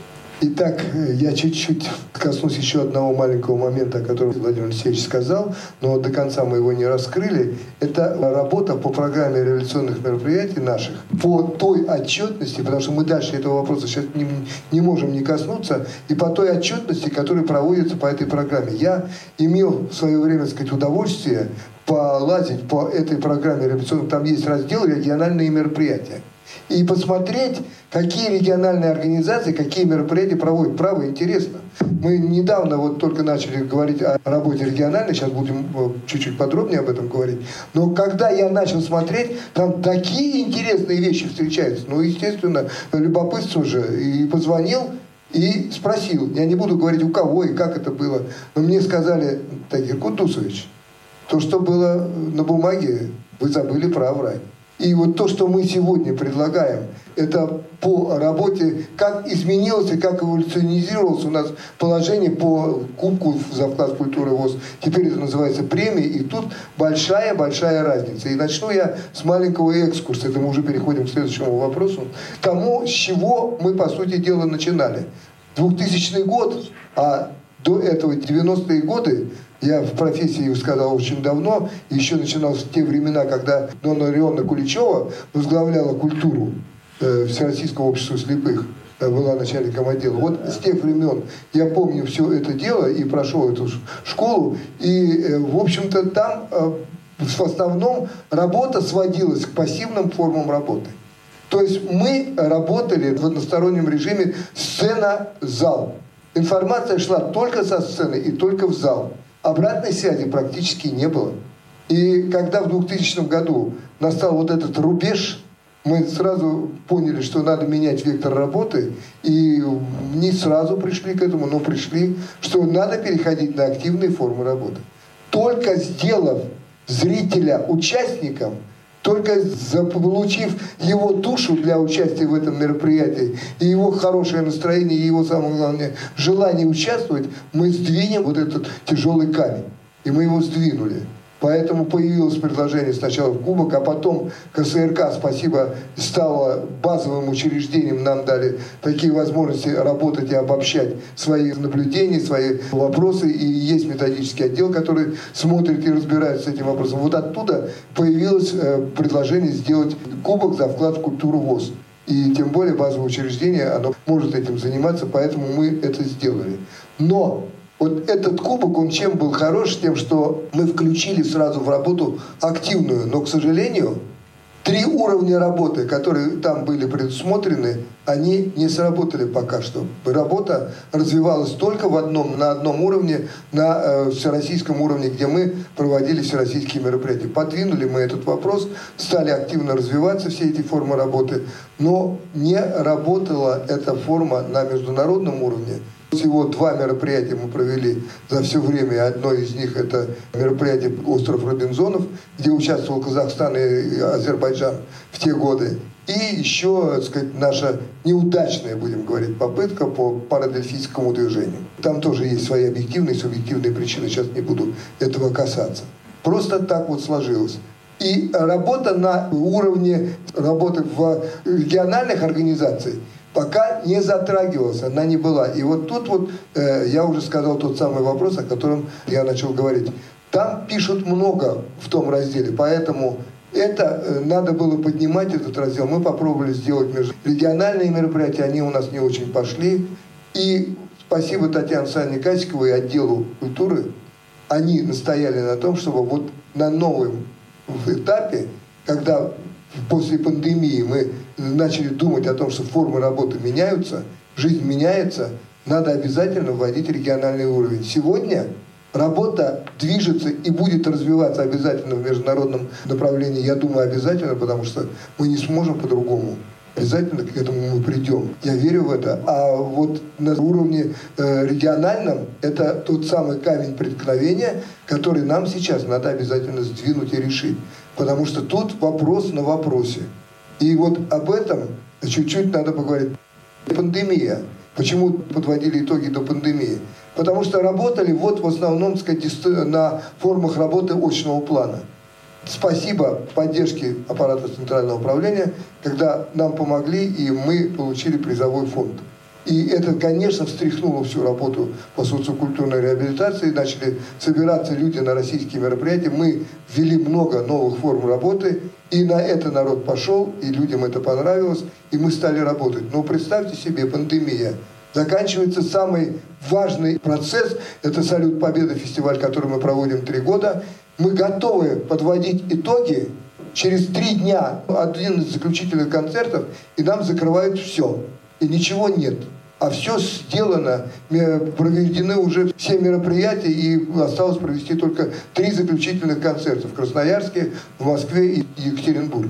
Итак, я чуть-чуть коснусь еще одного маленького момента, о котором Владимир Алексеевич сказал, но до конца мы его не раскрыли. Это работа по программе революционных мероприятий наших, по той отчетности, потому что мы дальше этого вопроса сейчас не можем не коснуться, и по той отчетности, которая проводится по этой программе. Я имел в свое время, так сказать, удовольствие полазить по этой программе революционной, там есть раздел «Региональные мероприятия». И посмотреть, какие региональные организации, какие мероприятия проводят. Право, интересно. Мы недавно вот только начали говорить о работе региональной, сейчас будем чуть-чуть подробнее об этом говорить. Но когда я начал смотреть, там такие интересные вещи встречаются. Ну, естественно, любопытство же. И позвонил, и спросил. Я не буду говорить, у кого и как это было. Но мне сказали: Тагир Кудусович, то, что было на бумаге, вы забыли про овраги. И вот то, что мы сегодня предлагаем, это по работе, как изменилось и как эволюционизировалось у нас положение по Кубку за вклад культуры ВОС. Теперь это называется премия, и тут большая-большая разница. И начну я с маленького экскурса, это мы уже переходим к следующему вопросу, к тому, с чего мы, по сути дела, начинали. 2000 год, а до этого 90-е годы, я в профессии сказал очень давно, еще начинал в те времена, когда Нонна Леонна Куличева возглавляла культуру Всероссийского общества слепых, была начальником отдела. Вот с тех времен я помню все это дело и прошел эту школу. И, в общем-то, там в основном работа сводилась к пассивным формам работы. То есть мы работали в одностороннем режиме сцена-зал. Информация шла только со сцены и только в зал. Обратной связи практически не было. И когда в 2000 году настал вот этот рубеж, мы сразу поняли, что надо менять вектор работы, и не сразу пришли к этому, но пришли, что надо переходить на активные формы работы. Только сделав зрителя участником, только получив его душу для участия в этом мероприятии, и его хорошее настроение, и его, самое главное, желание участвовать, мы сдвинем вот этот тяжелый камень. И мы его сдвинули. Поэтому появилось предложение сначала в Кубок, а потом КСРК, спасибо, стало базовым учреждением, нам дали такие возможности работать и обобщать свои наблюдения, свои вопросы. И есть методический отдел, который смотрит и разбирается с этим вопросом. Вот оттуда появилось предложение сделать Кубок за вклад в культуру ВОС. И тем более базовое учреждение, оно может этим заниматься, поэтому мы это сделали. Но вот этот кубок, он чем был хорош? Тем, что мы включили сразу в работу активную. Но, к сожалению, 3 уровня работы, которые там были предусмотрены, они не сработали пока что. Работа развивалась только на одном уровне, на всероссийском уровне, где мы проводили всероссийские мероприятия. Подвинули мы этот вопрос, стали активно развиваться все эти формы работы, но не работала эта форма на международном уровне. Всего 2 мероприятия мы провели за все время. Одно из них — это мероприятие «Остров Робинзонов», где участвовал Казахстан и Азербайджан в те годы. И еще, так сказать, наша неудачная, будем говорить, попытка по парадельфийскому движению. Там тоже есть свои объективные и субъективные причины, сейчас не буду этого касаться. Просто так вот сложилось. И работа на уровне работы в региональных организациях пока не затрагивалась, она не была. И вот тут вот я уже сказал тот самый вопрос, о котором я начал говорить. Там пишут много в том разделе, поэтому это надо было поднимать, этот раздел. Мы попробовали сделать региональные мероприятия, они у нас не очень пошли. И спасибо Татьяне Александровне Касиковой и отделу культуры, они настояли на том, чтобы вот на новом этапе, когда после пандемии мы начали думать о том, что формы работы меняются, жизнь меняется, надо обязательно вводить региональный уровень. Сегодня работа движется и будет развиваться обязательно в международном направлении. Я думаю, обязательно, потому что мы не сможем по-другому. Обязательно к этому мы придем. Я верю в это. А вот на уровне региональном это тот самый камень преткновения, который нам сейчас надо обязательно сдвинуть и решить. Потому что тут вопрос на вопросе. И вот об этом чуть-чуть надо поговорить. Пандемия. Почему подводили итоги до пандемии? Потому что работали вот в основном, так сказать, на формах работы очного плана. Спасибо поддержке аппарата Центрального управления, когда нам помогли, и мы получили призовой фонд. И это, конечно, встряхнуло всю работу по социокультурной реабилитации. Начали собираться люди на российские мероприятия. Мы ввели много новых форм работы. И на это народ пошел, и людям это понравилось. И мы стали работать. Но представьте себе, пандемия. Заканчивается самый важный процесс. Это «Салют Победы», фестиваль, который мы проводим 3 года. Мы готовы подводить итоги. Через 3 дня один из заключительных концертов, и нам закрывают все. И ничего нет. А все сделано, проведены уже все мероприятия, и осталось провести только 3 заключительных концерта в Красноярске, в Москве и Екатеринбурге.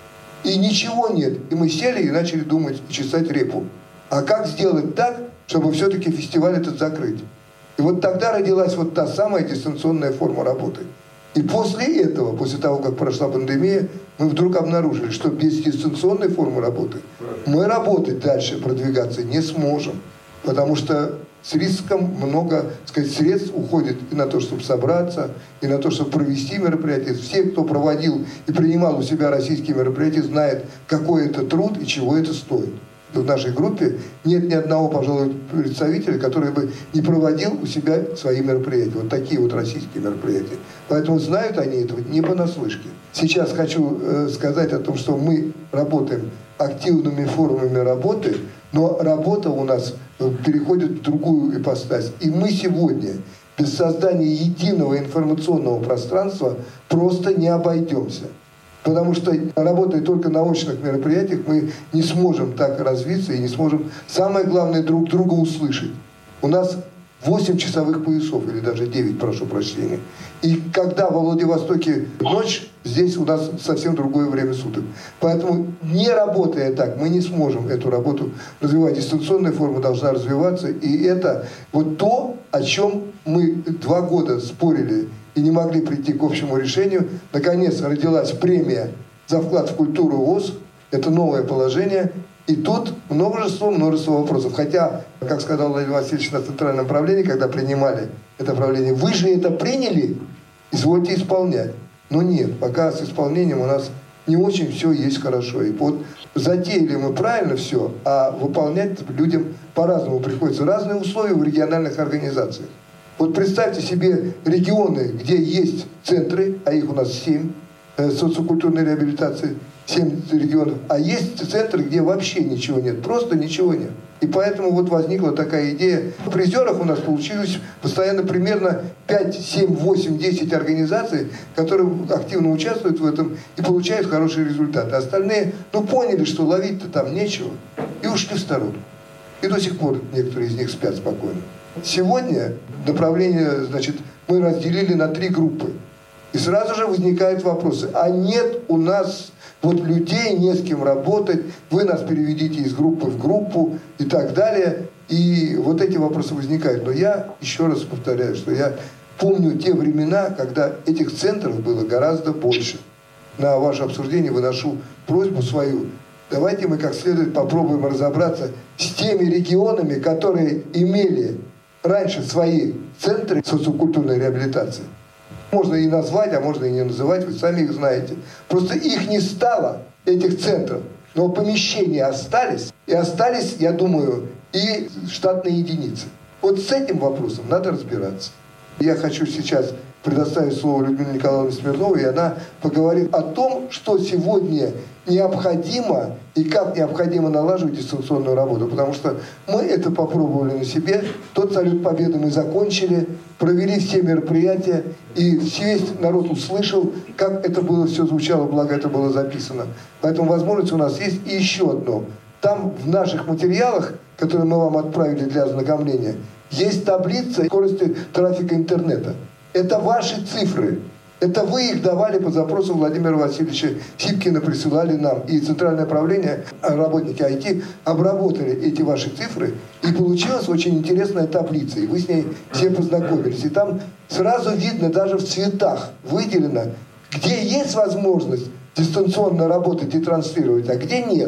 И ничего нет. И мы сели и начали думать, чесать репу. А как сделать так, чтобы все-таки фестиваль этот закрыть? И вот тогда родилась вот та самая дистанционная форма работы. И после этого, после того, как прошла пандемия, мы вдруг обнаружили, что без дистанционной формы работы мы работать дальше, продвигаться не сможем. Потому что с риском много, так сказать, средств уходит и на то, чтобы собраться, и на то, чтобы провести мероприятие. Все, кто проводил и принимал у себя российские мероприятия, знают, какой это труд и чего это стоит. В нашей группе нет ни одного, пожалуй, представителя, который бы не проводил у себя свои мероприятия. Вот такие вот российские мероприятия. Поэтому знают они этого не понаслышке. Сейчас хочу сказать о том, что мы работаем активными формами работы, но работа у нас переходит в другую ипостась. И мы сегодня без создания единого информационного пространства просто не обойдемся. Потому что, работая только на очных мероприятиях, мы не сможем так развиться и не сможем, самое главное, друг друга услышать. У нас 8 часовых поясов, или даже 9, прошу прощения. И когда во Владивостоке ночь, здесь у нас совсем другое время суток. Поэтому, не работая так, мы не сможем эту работу развивать. Дистанционная форма должна развиваться. И это вот то, о чем мы 2 года спорили и не могли прийти к общему решению. Наконец родилась премия за вклад в культуру ВОС. Это новое положение. И тут множество вопросов. Хотя, как сказал Владимир Васильевич на Центральном правлении, когда принимали это правление, вы же это приняли, извольте исполнять. Но нет, пока с исполнением у нас не очень все есть хорошо. И вот затеяли мы правильно все, а выполнять людям по-разному приходится. Разные условия в региональных организациях. Вот представьте себе регионы, где есть центры, а их у нас 7, социокультурной реабилитации, 7 регионов, а есть центры, где вообще ничего нет, просто ничего нет. И поэтому вот возникла такая идея. В призерах у нас получилось постоянно примерно 5, 7, 8, 10 организаций, которые активно участвуют в этом и получают хорошие результаты. Остальные, поняли, что ловить-то там нечего, и ушли в сторону. И до сих пор некоторые из них спят спокойно. Сегодня направление, мы разделили на 3 группы. И сразу же возникают вопросы. А нет у нас людей, не с кем работать, вы нас переведите из группы в группу и так далее. И вот эти вопросы возникают. Но я еще раз повторяю, что я помню те времена, когда этих центров было гораздо больше. На ваше обсуждение выношу просьбу свою. Давайте мы как следует попробуем разобраться с теми регионами, которые имели раньше свои центры социокультурной реабилитации. Можно и назвать, а можно и не называть, вы сами их знаете. Просто их не стало, этих центров. Но помещения остались. И остались, я думаю, и штатные единицы. Вот с этим вопросом надо разбираться. Я хочу сейчас предоставить слово Людмиле Николаевне Смирновой, и она поговорит о том, что сегодня необходимо и как необходимо налаживать дистанционную работу. Потому что мы это попробовали на себе. Тот салют Победы мы закончили, провели все мероприятия, и весь народ услышал, как это было, все звучало, благо это было записано. Поэтому возможность у нас есть. И еще одно. Там в наших материалах, которые мы вам отправили для ознакомления, есть таблица скорости трафика интернета. Это ваши цифры. Это вы их давали по запросу Владимира Васильевича Сипкина, присылали нам. И Центральное правление, работники IT, обработали эти ваши цифры. И получилась очень интересная таблица. И вы с ней все познакомились. И там сразу видно, даже в цветах выделено, где есть возможность дистанционно работать и транслировать, а где нет.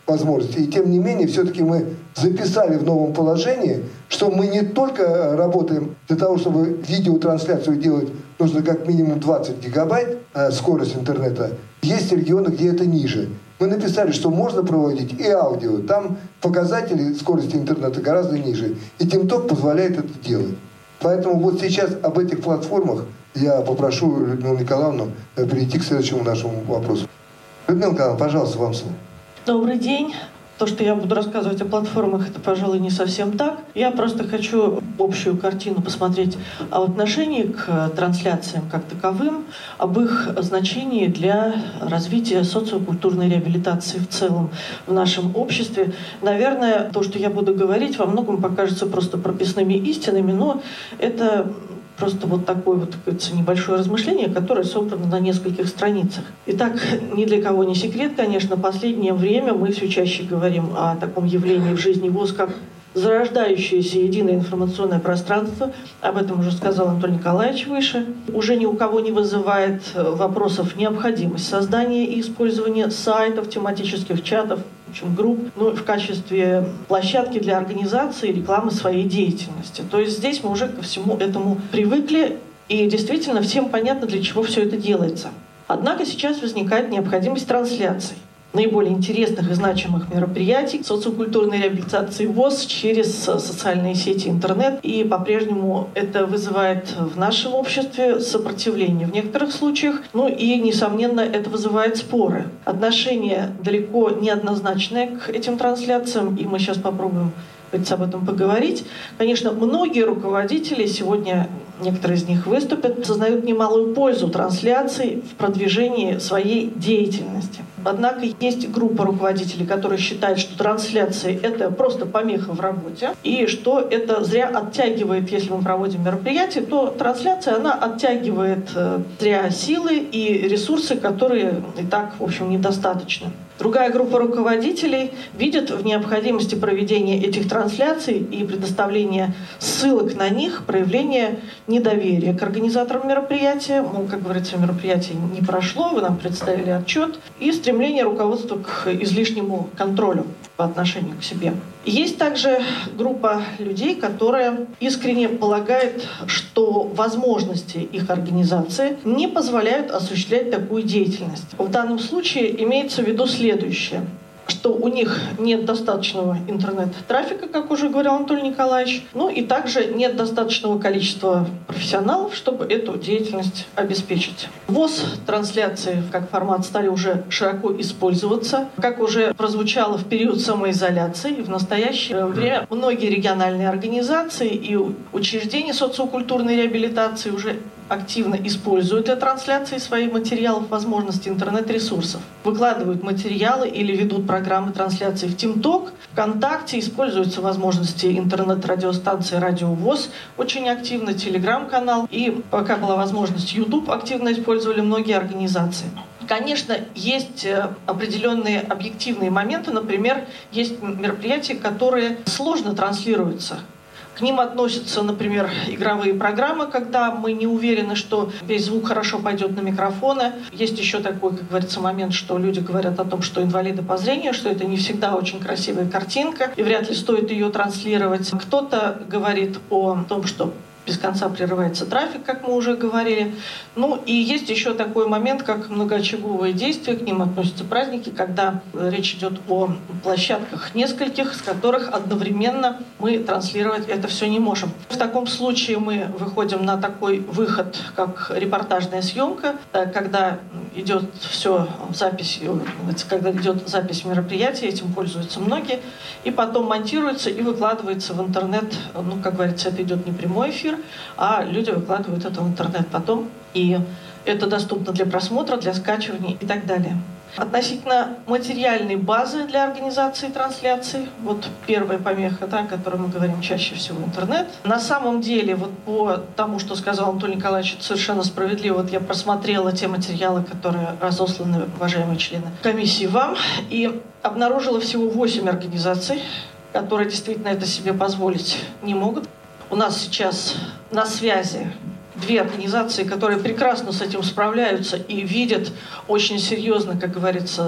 возможности. И тем не менее, все-таки мы записали в новом положении, что мы не только работаем для того, чтобы видеотрансляцию делать, нужно как минимум 20 гигабайт скорость интернета. Есть регионы, где это ниже. Мы написали, что можно проводить и аудио. Там показатели скорости интернета гораздо ниже. И TeamTalk позволяет это делать. Поэтому вот сейчас об этих платформах я попрошу Людмилу Николаевну перейти к следующему нашему вопросу. Людмила Николаевна, пожалуйста, вам слово. Добрый день. То, что я буду рассказывать о платформах, это, пожалуй, не совсем так. Я просто хочу общую картину посмотреть в отношении к трансляциям как таковым, об их значении для развития социокультурной реабилитации в целом в нашем обществе. Наверное, то, что я буду говорить, во многом покажется просто прописными истинами, но это просто вот такое вот, как говорится, небольшое размышление, которое собрано на нескольких страницах. Итак, ни для кого не секрет, конечно, в последнее время мы все чаще говорим о таком явлении в жизни ВОС, как зарождающееся единое информационное пространство. Об этом уже сказал Антон Николаевич выше. Уже ни у кого не вызывает вопросов необходимость создания и использования сайтов, тематических чатов, в общем, групп, в качестве площадки для организации и рекламы своей деятельности. То есть здесь мы уже ко всему этому привыкли, и действительно всем понятно, для чего все это делается. Однако сейчас возникает необходимость трансляций наиболее интересных и значимых мероприятий социокультурной реабилитации ВОС через социальные сети, интернет. И по-прежнему это вызывает в нашем обществе сопротивление в некоторых случаях. И, несомненно, это вызывает споры. Отношение далеко неоднозначное к этим трансляциям, и мы сейчас попробуем об этом поговорить. Конечно, многие руководители, сегодня некоторые из них выступят, сознают немалую пользу трансляций в продвижении своей деятельности. Однако есть группа руководителей, которые считают, что трансляции — это просто помеха в работе, и что это зря оттягивает, если мы проводим мероприятие, то трансляция, она оттягивает зря силы и ресурсы, которые и так, в общем, недостаточны. Другая группа руководителей видит в необходимости проведения этих трансляций и предоставления ссылок на них проявление недоверия к организаторам мероприятия. Как говорится, мероприятие не прошло, вы нам представили отчет, и стремление руководства к излишнему контролю по отношению к себе. Есть также группа людей, которая искренне полагает, что возможности их организации не позволяют осуществлять такую деятельность. В данном случае имеется в виду следующее, что у них нет достаточного интернет-трафика, как уже говорил Анатолий Николаевич, и также нет достаточного количества профессионалов, чтобы эту деятельность обеспечить. ВОС-трансляции как формат стали уже широко использоваться. Как уже прозвучало в период самоизоляции, в настоящее время многие региональные организации и учреждения социокультурной реабилитации уже активно используют для трансляции своих материалов возможности интернет-ресурсов. Выкладывают материалы или ведут программы трансляции в TeamTalk, ВКонтакте, используются возможности интернет-радиостанции «Радио ВОС» очень активно, Телеграм-канал. И пока была возможность YouTube, активно использовали многие организации. Конечно, есть определенные объективные моменты. Например, есть мероприятия, которые сложно транслируются. К ним относятся, например, игровые программы, когда мы не уверены, что весь звук хорошо пойдет на микрофоны. Есть еще такой, как говорится, момент, что люди говорят о том, что инвалиды по зрению, что это не всегда очень красивая картинка, и вряд ли стоит ее транслировать. Кто-то говорит о том, что без конца прерывается трафик, как мы уже говорили. И есть еще такой момент, как многоочаговые действия, к ним относятся праздники, когда речь идет о площадках нескольких, с которых одновременно мы транслировать это все не можем. В таком случае мы выходим на такой выход, как репортажная съемка, когда идет все запись, когда идет запись мероприятия, этим пользуются многие, и потом монтируется и выкладывается в интернет. Как говорится, это идет не прямой эфир, а люди выкладывают это в интернет потом, и это доступно для просмотра, для скачивания и так далее. Относительно материальной базы для организации трансляций, первая помеха, о которой мы говорим чаще всего, интернет. На самом деле, по тому, что сказал Антон Николаевич, это совершенно справедливо. Я просмотрела те материалы, которые разосланы, уважаемые члены комиссии, вам, и обнаружила всего 8 организаций, которые действительно это себе позволить не могут. У нас сейчас на связи 2 организации, которые прекрасно с этим справляются и видят очень серьезно, как говорится,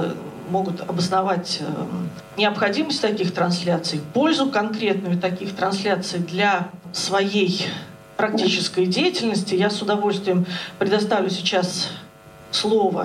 могут обосновать необходимость таких трансляций, пользу конкретную таких трансляций для своей практической деятельности, я с удовольствием предоставлю сейчас слово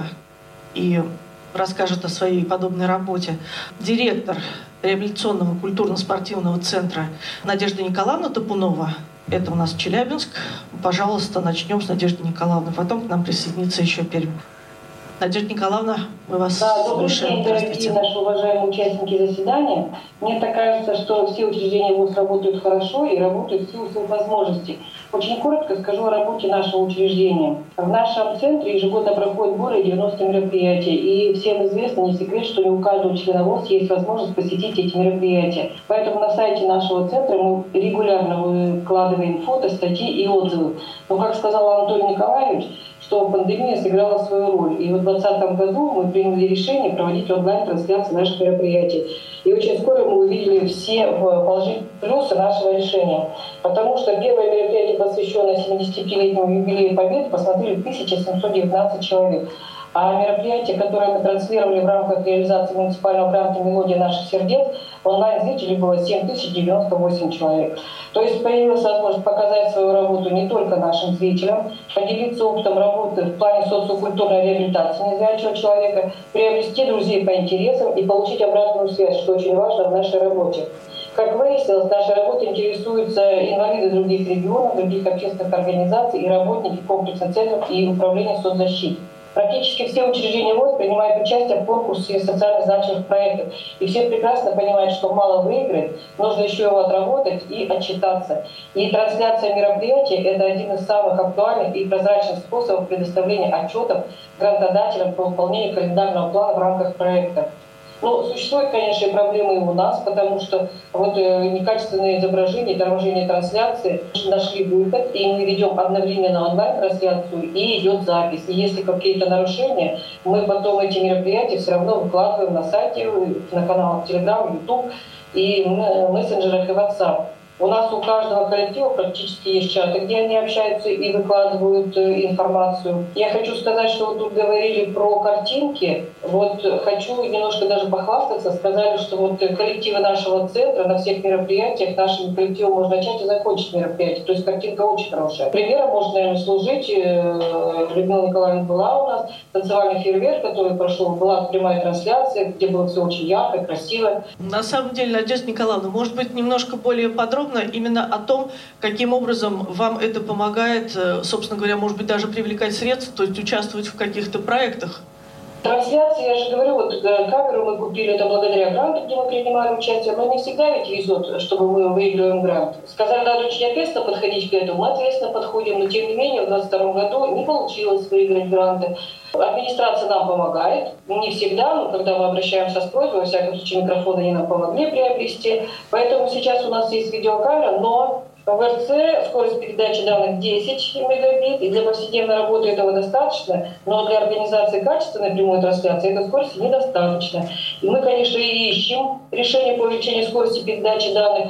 и расскажет о своей подобной работе директор реабилитационного культурно-спортивного центра Надежда Николаевна Топунова. Это у нас Челябинск. Пожалуйста, начнем с Надежды Николаевны. Потом к нам присоединится еще Пермь. Надежда Николаевна, мы вас слушаем. Добрый день, дорогие наши уважаемые участники заседания. Мне так кажется, что все учреждения ВУЗ работают хорошо и работают в силу своих возможностей. Очень коротко скажу о работе нашего учреждения. В нашем центре ежегодно проходит более 90 мероприятий. И всем известно, не секрет, что не у каждого члена ВУЗ есть возможность посетить эти мероприятия. Поэтому на сайте нашего центра мы регулярно выкладываем фото, статьи и отзывы. Но, как сказал Анатолий Николаевич, что пандемия сыграла свою роль. И в 2020 году мы приняли решение проводить онлайн-трансляции наших мероприятий. И очень скоро мы увидели все положительные плюсы нашего решения. Потому что первое мероприятие, посвященное 75-летнему юбилею Победы, посмотрели 1719 человек. А мероприятие, которое мы транслировали в рамках реализации муниципального гранта «Мелодия наших сердец», онлайн-зрителей было 7098 человек. То есть появилась возможность показать свою работу не только нашим зрителям, поделиться опытом работы в плане социокультурной реабилитации незрячего человека, приобрести друзей по интересам и получить обратную связь, что очень важно в нашей работе. Как выяснилось, наша работа интересуются инвалиды других регионов, других общественных организаций и работники комплексных центров и управления соцзащиты. Практически все учреждения ВОЗ принимают участие в конкурсе социально значимых проектов. И все прекрасно понимают, что мало выиграть, нужно еще его отработать и отчитаться. И трансляция мероприятий – это один из самых актуальных и прозрачных способов предоставления отчетов грантодателям по выполнению календарного плана в рамках проекта. Но существуют, конечно, и проблемы и у нас, потому что вот некачественные изображения, торможение трансляции нашли выход, и мы ведем одновременно онлайн-трансляцию, и идет запись. И если какие-то нарушения, мы потом эти мероприятия все равно выкладываем на сайте, на каналах Telegram, YouTube и мессенджерах и WhatsApp. У нас у каждого коллектива практически есть чаты, где они общаются и выкладывают информацию. Я хочу сказать, что вот тут говорили про картинки. Вот хочу немножко даже похвастаться. Сказали, что вот коллективы нашего центра на всех мероприятиях нашим коллективом можно начать и закончить мероприятие. То есть картинка очень хорошая. Примером может, наверное, служить. Людмила Николаевна была у нас. Танцевальный фейерверк, который прошел, была прямая трансляция, где было все очень ярко, красиво. На самом деле, Надежда Николаевна, может быть, немножко более подробно именно о том, каким образом вам это помогает, собственно говоря, может быть, даже привлекать средства, то есть участвовать в каких-то проектах? Трансляции, я же говорю, вот камеру мы купили, это благодаря гранту, где мы принимаем участие, но не всегда ведь везет, чтобы мы выигрываем грант. Сказали, надо очень ответственно подходить к этому, мы ответственно подходим, но тем не менее в 2022 году не получилось выиграть гранты. Администрация нам помогает, не всегда, но когда мы обращаемся с просьбой, во всяком случае микрофоны они нам помогли приобрести, поэтому сейчас у нас есть видеокамера, но в РЦ скорость передачи данных 10 мегабит, и для повседневной работы этого достаточно, но для организации качественной прямой трансляции этой скорости недостаточно. И мы, конечно, и ищем решение по увеличению скорости передачи данных,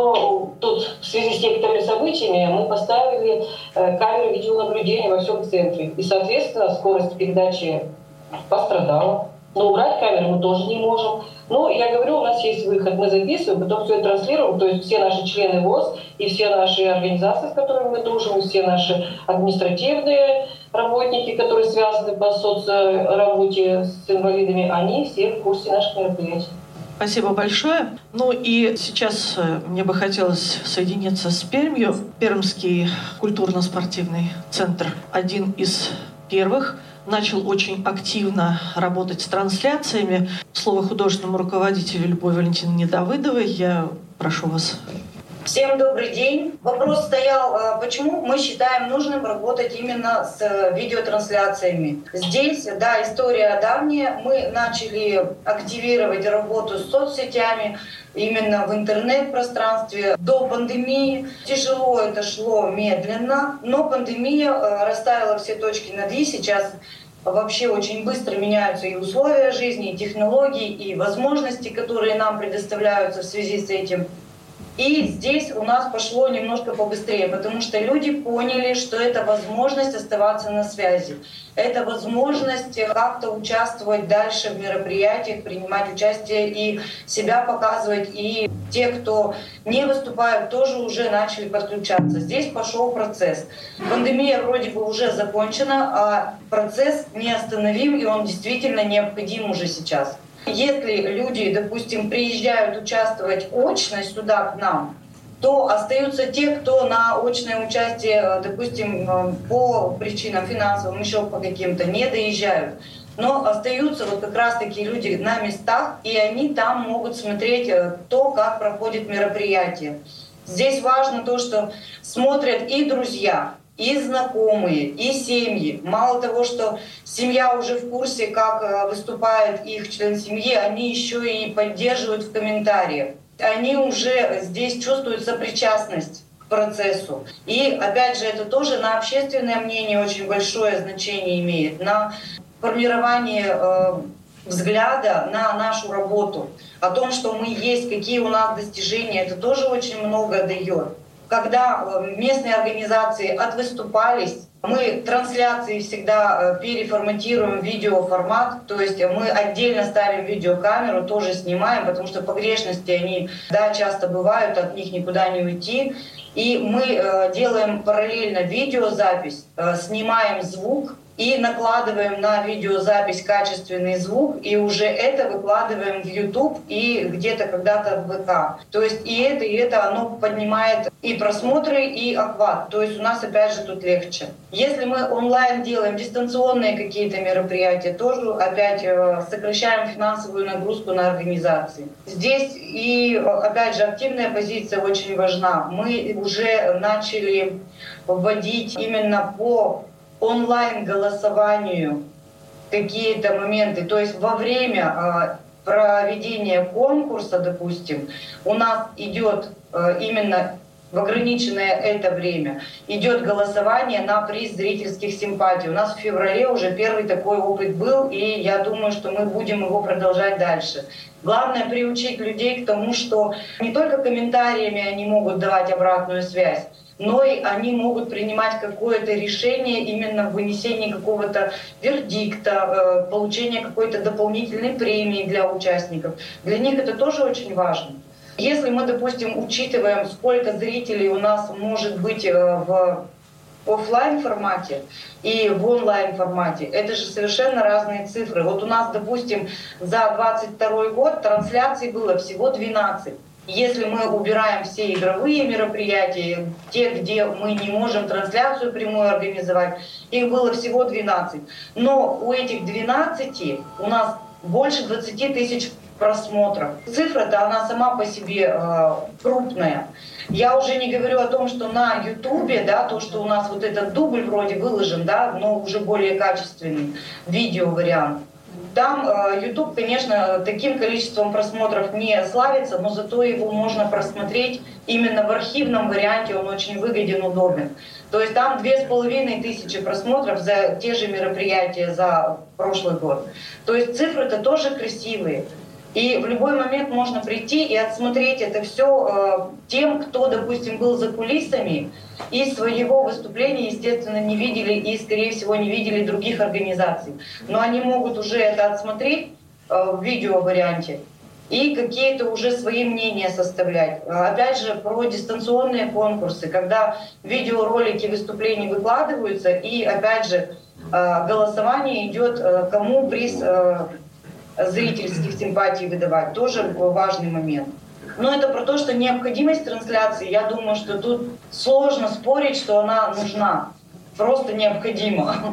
но тут в связи с некоторыми событиями мы поставили камеры видеонаблюдения во всем центре. И, соответственно, скорость передачи пострадала. Но убрать камеры мы тоже не можем. Ну, я говорю, у нас есть выход, мы записываем, потом все это транслируем, то есть все наши члены ВОЗ и все наши организации, с которыми мы дружим, и все наши административные работники, которые связаны по соцработе с инвалидами, они все в курсе наших мероприятий. Спасибо большое. Ну и сейчас мне бы хотелось соединиться с Пермью. Пермский культурно-спортивный центр один из первых начал очень активно работать с трансляциями. Слово художественному руководителю Любови Валентиновне Недовыдовой. Я прошу вас. Всем добрый день. Вопрос стоял, почему мы считаем нужным работать именно с видеотрансляциями. Здесь, да, история давняя. Мы начали активировать работу с соцсетями именно в интернет-пространстве. До пандемии тяжело это шло, медленно, но пандемия расставила все точки над «и». Сейчас вообще очень быстро меняются и условия жизни, и технологии, и возможности, которые нам предоставляются в связи с этим. И здесь у нас пошло немножко побыстрее, потому что люди поняли, что это возможность оставаться на связи. Это возможность как-то участвовать дальше в мероприятиях, принимать участие и себя показывать. И те, кто не выступают, тоже уже начали подключаться. Здесь пошел процесс. Пандемия вроде бы уже закончена, а процесс неостановим, и он действительно необходим уже сейчас. Если люди, допустим, приезжают участвовать очно сюда к нам, то остаются те, кто на очное участие, допустим, по причинам финансовым, еще по каким-то, не доезжают. Но остаются вот как раз-таки люди на местах, и они там могут смотреть то, как проходит мероприятие. Здесь важно то, что смотрят и друзья, и знакомые, и семьи. Мало того, что семья уже в курсе, как выступает их член семьи, они еще и поддерживают в комментариях. Они уже здесь чувствуют сопричастность к процессу. И опять же, это тоже на общественное мнение очень большое значение имеет, на формирование взгляда на нашу работу, о том, что мы есть, какие у нас достижения, это тоже очень много дает. Когда местные организации отвыступались, мы трансляции всегда переформатируем в видеоформат, то есть мы отдельно ставим видеокамеру, тоже снимаем, потому что погрешности, они, да, часто бывают, от них никуда не уйти. И мы делаем параллельно видеозапись, снимаем звук и накладываем на видеозапись качественный звук, и уже это выкладываем в YouTube и где-то когда-то в ВК. То есть и это оно поднимает и просмотры, и охват. То есть у нас опять же тут легче. Если мы онлайн делаем дистанционные какие-то мероприятия, тоже опять сокращаем финансовую нагрузку на организации. Здесь и опять же активная позиция очень важна. Мы уже начали вводить именно по онлайн-голосованию какие-то моменты. То есть во время проведения конкурса, допустим, у нас идет именно в ограниченное это время идет голосование на приз зрительских симпатий. У нас в феврале уже первый такой опыт был, и я думаю, что мы будем его продолжать дальше. Главное приучить людей к тому, что не только комментариями они могут давать обратную связь, но и они могут принимать какое-то решение именно в вынесении какого-то вердикта, получения какой-то дополнительной премии для участников. Для них это тоже очень важно. Если мы, допустим, учитываем, сколько зрителей у нас может быть в офлайн формате и в онлайн формате, это же совершенно разные цифры. Вот у нас, допустим, за 2022 год трансляций было всего 12. Если мы убираем все игровые мероприятия, те, где мы не можем трансляцию прямую организовать, их было всего 12. Но у этих 12 у нас больше 20 тысяч просмотров. Цифра-то она сама по себе крупная. Я уже не говорю о том, что на Ютубе, да, то, что у нас вот этот дубль вроде выложен, да, но уже более качественный видео-вариант. Там YouTube, конечно, таким количеством просмотров не славится, но зато его можно просмотреть именно в архивном варианте, он очень выгоден, удобен. То есть там 2500 просмотров за те же мероприятия за прошлый год. То есть цифры-то тоже красивые. И в любой момент можно прийти и отсмотреть это все тем, кто, допустим, был за кулисами и своего выступления, естественно, не видели и, скорее всего, не видели других организаций. Но они могут уже это отсмотреть в видео-варианте и какие-то уже свои мнения составлять. Опять же, про дистанционные конкурсы, когда видеоролики выступлений выкладываются, и, опять же, голосование идет, кому приз зрительских симпатий выдавать, тоже важный момент. Но это про то, что необходимость трансляции, я думаю, что тут сложно спорить, что она нужна, просто необходима.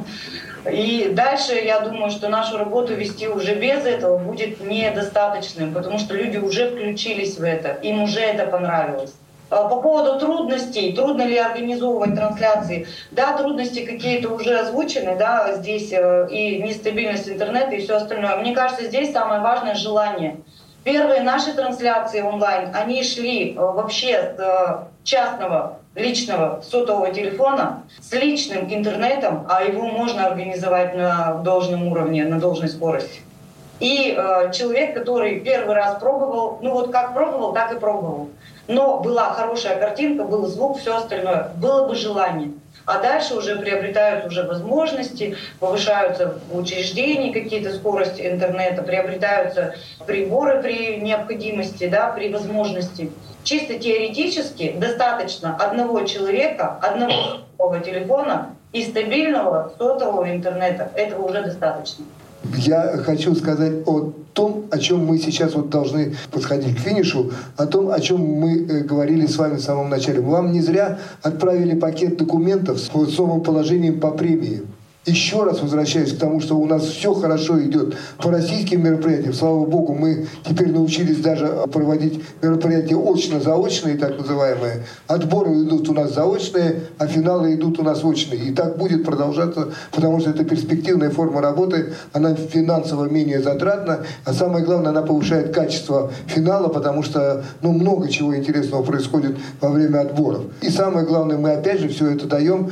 И дальше, я думаю, что нашу работу вести уже без этого будет недостаточным, потому что люди уже включились в это, им уже это понравилось. По поводу трудностей, трудно ли организовывать трансляции? Да, трудности какие-то уже озвучены, да, здесь и нестабильность интернета и все остальное. Мне кажется, здесь самое важное — желание. Первые наши трансляции онлайн, они шли вообще с частного личного сотового телефона с личным интернетом, а его можно организовать на должном уровне, на должной скорости. И человек, который первый раз пробовал, ну вот как пробовал, так и пробовал. Но была хорошая картинка, был звук, все остальное. Было бы желание. А дальше уже приобретают уже возможности, повышаются в учреждении какие-то скорости интернета, приобретаются приборы при необходимости, да, при возможности. Чисто теоретически достаточно одного человека, одного сотового телефона и стабильного сотового интернета. Этого уже достаточно. Я хочу сказать о том, о чем мы сейчас вот должны подходить к финишу, о том, о чем мы говорили с вами в самом начале. Вам не зря отправили пакет документов с новым положением по премии. Еще раз возвращаюсь к тому, что у нас все хорошо идет по российским мероприятиям. Слава богу, мы теперь научились даже проводить мероприятия очно-заочные, так называемые. Отборы идут у нас заочные, а финалы идут у нас очные. И так будет продолжаться, потому что это перспективная форма работы. Она финансово менее затратна, а самое главное, она повышает качество финала, потому что много чего интересного происходит во время отборов. И самое главное, мы опять же все это даем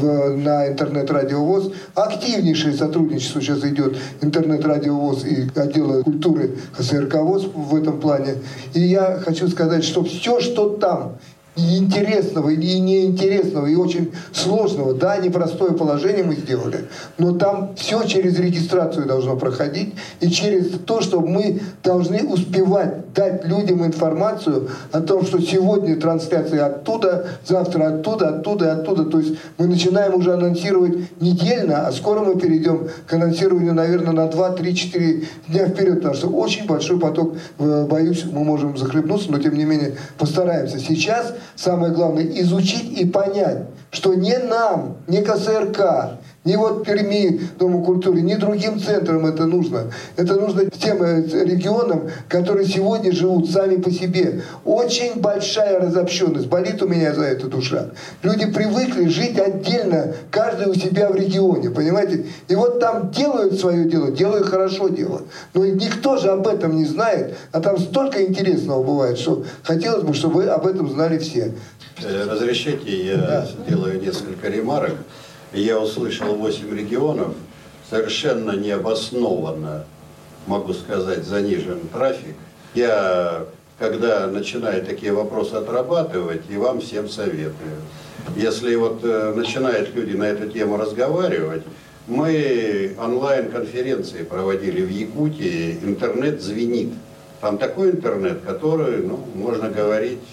на интернет-радио ВОС. Активнейшее сотрудничество сейчас идет интернет-радио ВОС и отдела культуры КСРК ВОС в этом плане. И я хочу сказать, что все, что там и интересного, и неинтересного, и очень сложного, да, непростое положение мы сделали, но там все через регистрацию должно проходить, и через то, что мы должны успевать дать людям информацию о том, что сегодня трансляция оттуда, завтра оттуда, оттуда и оттуда. То есть мы начинаем уже анонсировать недельно, а скоро мы перейдем к анонсированию, наверное, на 2, 3, 4 дня вперед, потому что очень большой поток, боюсь, мы можем захлебнуться, но тем не менее постараемся. Сейчас самое главное изучить и понять, что не нам, не КСРК, ни вот Перми, Дому культуры, ни другим центрам это нужно. Это нужно тем регионам, которые сегодня живут сами по себе. Очень большая разобщенность. Болит у меня за это душа. Люди привыкли жить отдельно, каждый у себя в регионе, понимаете? И вот там делают свое дело, делают хорошо дело. Но никто же об этом не знает, а там столько интересного бывает, что хотелось бы, чтобы вы об этом знали все. Разрешите, я сделаю несколько ремарок. Я услышал 8 регионов, совершенно необоснованно, могу сказать, занижен трафик. Я, когда начинаю такие вопросы отрабатывать, и вам всем советую. Если вот начинают люди на эту тему разговаривать, мы онлайн-конференции проводили в Якутии, интернет звенит. Там такой интернет, который, можно говорить,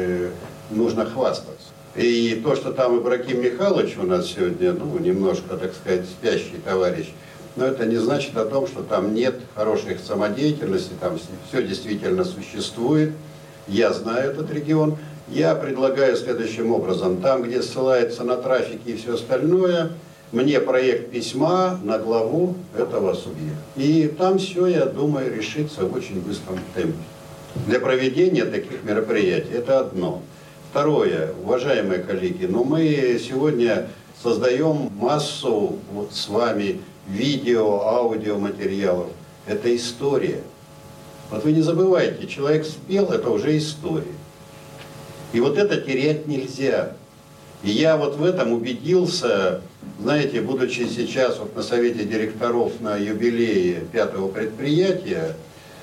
нужно хвастаться. И то, что там Ибрагим Михайлович у нас сегодня, немножко, так сказать, спящий товарищ, но это не значит о том, что там нет хорошей самодеятельности, там все действительно существует. Я знаю этот регион. Я предлагаю следующим образом. Там, где ссылается на трафик и все остальное, мне проект письма на главу этого субъекта. И там все, я думаю, решится в очень быстром темпе. Для проведения таких мероприятий это одно. Второе, уважаемые коллеги, мы сегодня создаем массу с вами видео, аудиоматериалов. Это история. Вот вы не забывайте, человек спел, это уже история. И вот это терять нельзя. И я вот в этом убедился, знаете, будучи сейчас на совете директоров на юбилее 5-го предприятия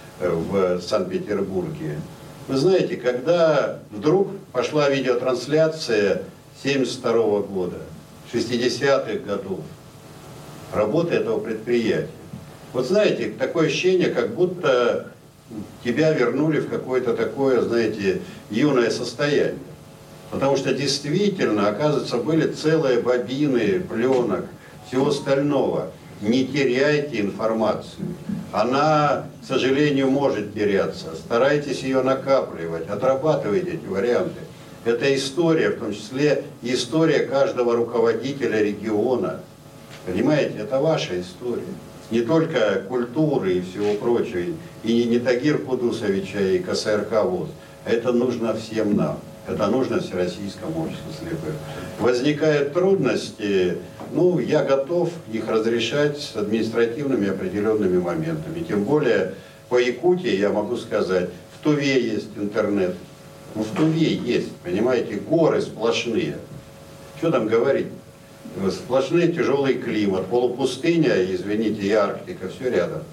в Санкт-Петербурге. Вы знаете, когда вдруг пошла видеотрансляция 1972 года, 60-х годов, работы этого предприятия. Вот знаете, такое ощущение, как будто тебя вернули в какое-то такое, знаете, юное состояние. Потому что действительно, оказывается, были целые бобины пленок, всего остального. Не теряйте информацию. Она, к сожалению, может теряться. Старайтесь ее накапливать, отрабатывайте эти варианты. Это история, в том числе история каждого руководителя региона. Понимаете, это ваша история. Не только культуры и всего прочего, и не Тагир Кудусовича и КСРК ВОС. Это нужно всем нам. Это нужно Всероссийскому обществу слепых. Возникают трудности, я готов их разрешать с административными определенными моментами. Тем более по Якутии я могу сказать, в Туве есть интернет. В Туве есть, понимаете, горы сплошные. Что там говорить? Сплошный тяжелый климат, полупустыня, извините, и Арктика, все рядом.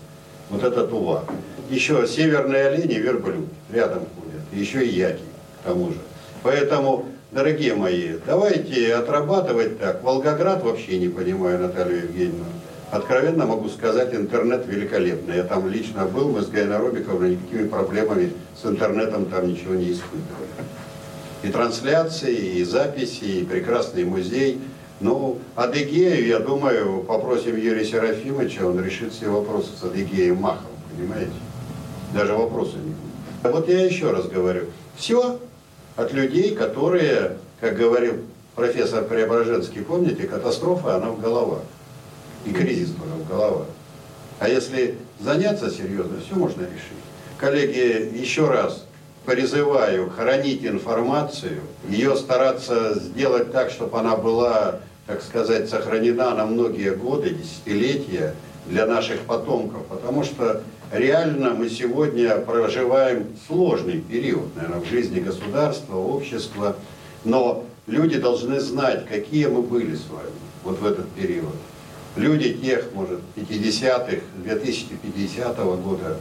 Вот это Тува. Еще северные олени, верблюд рядом ходят. Еще и яки к тому же. Поэтому, дорогие мои, давайте отрабатывать так. Волгоград вообще не понимаю, Наталью Евгеньевну. Откровенно могу сказать, интернет великолепный. Я там лично был, мы с Гаей Робиковной никакими проблемами с интернетом там ничего не испытывали. И трансляции, и записи, и прекрасный музей. Ну, Адыгею, я думаю, попросим Юрия Серафимовича, он решит все вопросы с Адыгеем махом, понимаете? Даже вопроса не будет. Вот я еще раз говорю. Все от людей, которые, как говорил профессор Преображенский, помните, катастрофа, она в головах. И кризис тоже в головах. А если заняться серьезно, все можно решить. Коллеги, еще раз призываю хранить информацию, ее стараться сделать так, чтобы она была, так сказать, сохранена на многие годы, десятилетия для наших потомков. Потому что реально мы сегодня проживаем сложный период, наверное, в жизни государства, общества. Но люди должны знать, какие мы были с вами вот в этот период. Люди тех, может, 50-х, 2050 года,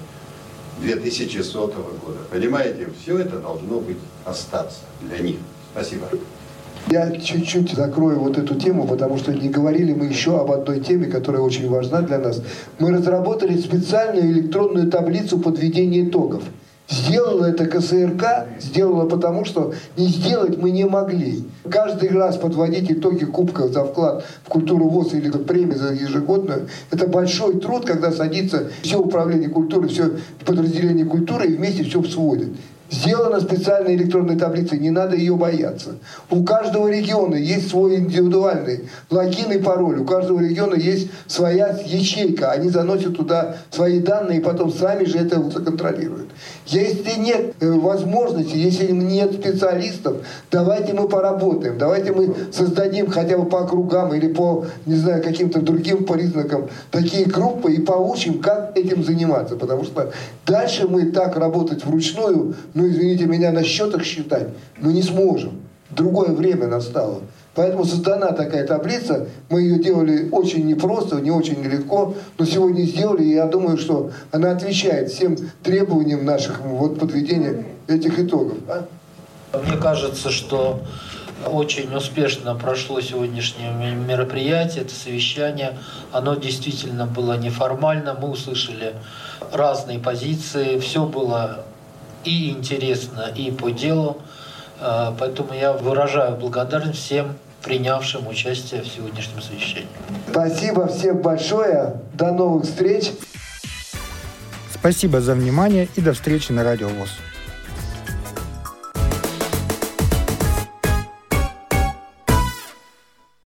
2100 года. Понимаете, все это должно быть остаться для них. Спасибо. Я чуть-чуть закрою вот эту тему, потому что не говорили мы еще об одной теме, которая очень важна для нас. Мы разработали специальную электронную таблицу подведения итогов. Сделала это КСРК, сделала потому, что не сделать мы не могли. Каждый раз подводить итоги кубка за вклад в культуру ВОС или премии за ежегодную, это большой труд, когда садится все управление культуры, все подразделение культуры и вместе все сводит. Сделана специальная электронная таблица, не надо ее бояться. У каждого региона есть свой индивидуальный логин и пароль. У каждого региона есть своя ячейка. Они заносят туда свои данные и потом сами же это контролируют. Если нет возможности, если нет специалистов, давайте мы поработаем. Давайте мы создадим хотя бы по округам или по, не знаю, каким-то другим признакам такие группы и поучим, как этим заниматься. Потому что дальше мы так работать вручную, ну, извините меня, на счетах считать мы не сможем. Другое время настало. Поэтому создана такая таблица. Мы ее делали очень непросто, не очень легко, но сегодня сделали, и я думаю, что она отвечает всем требованиям наших вот, подведения этих итогов. Мне кажется, что очень успешно прошло сегодняшнее мероприятие, это совещание. Оно действительно было неформально, мы услышали разные позиции, все было и интересно, и по делу. Поэтому я выражаю благодарность всем принявшим участие в сегодняшнем совещании. Спасибо всем большое. До новых встреч. Спасибо за внимание и до встречи на Радио ВОС.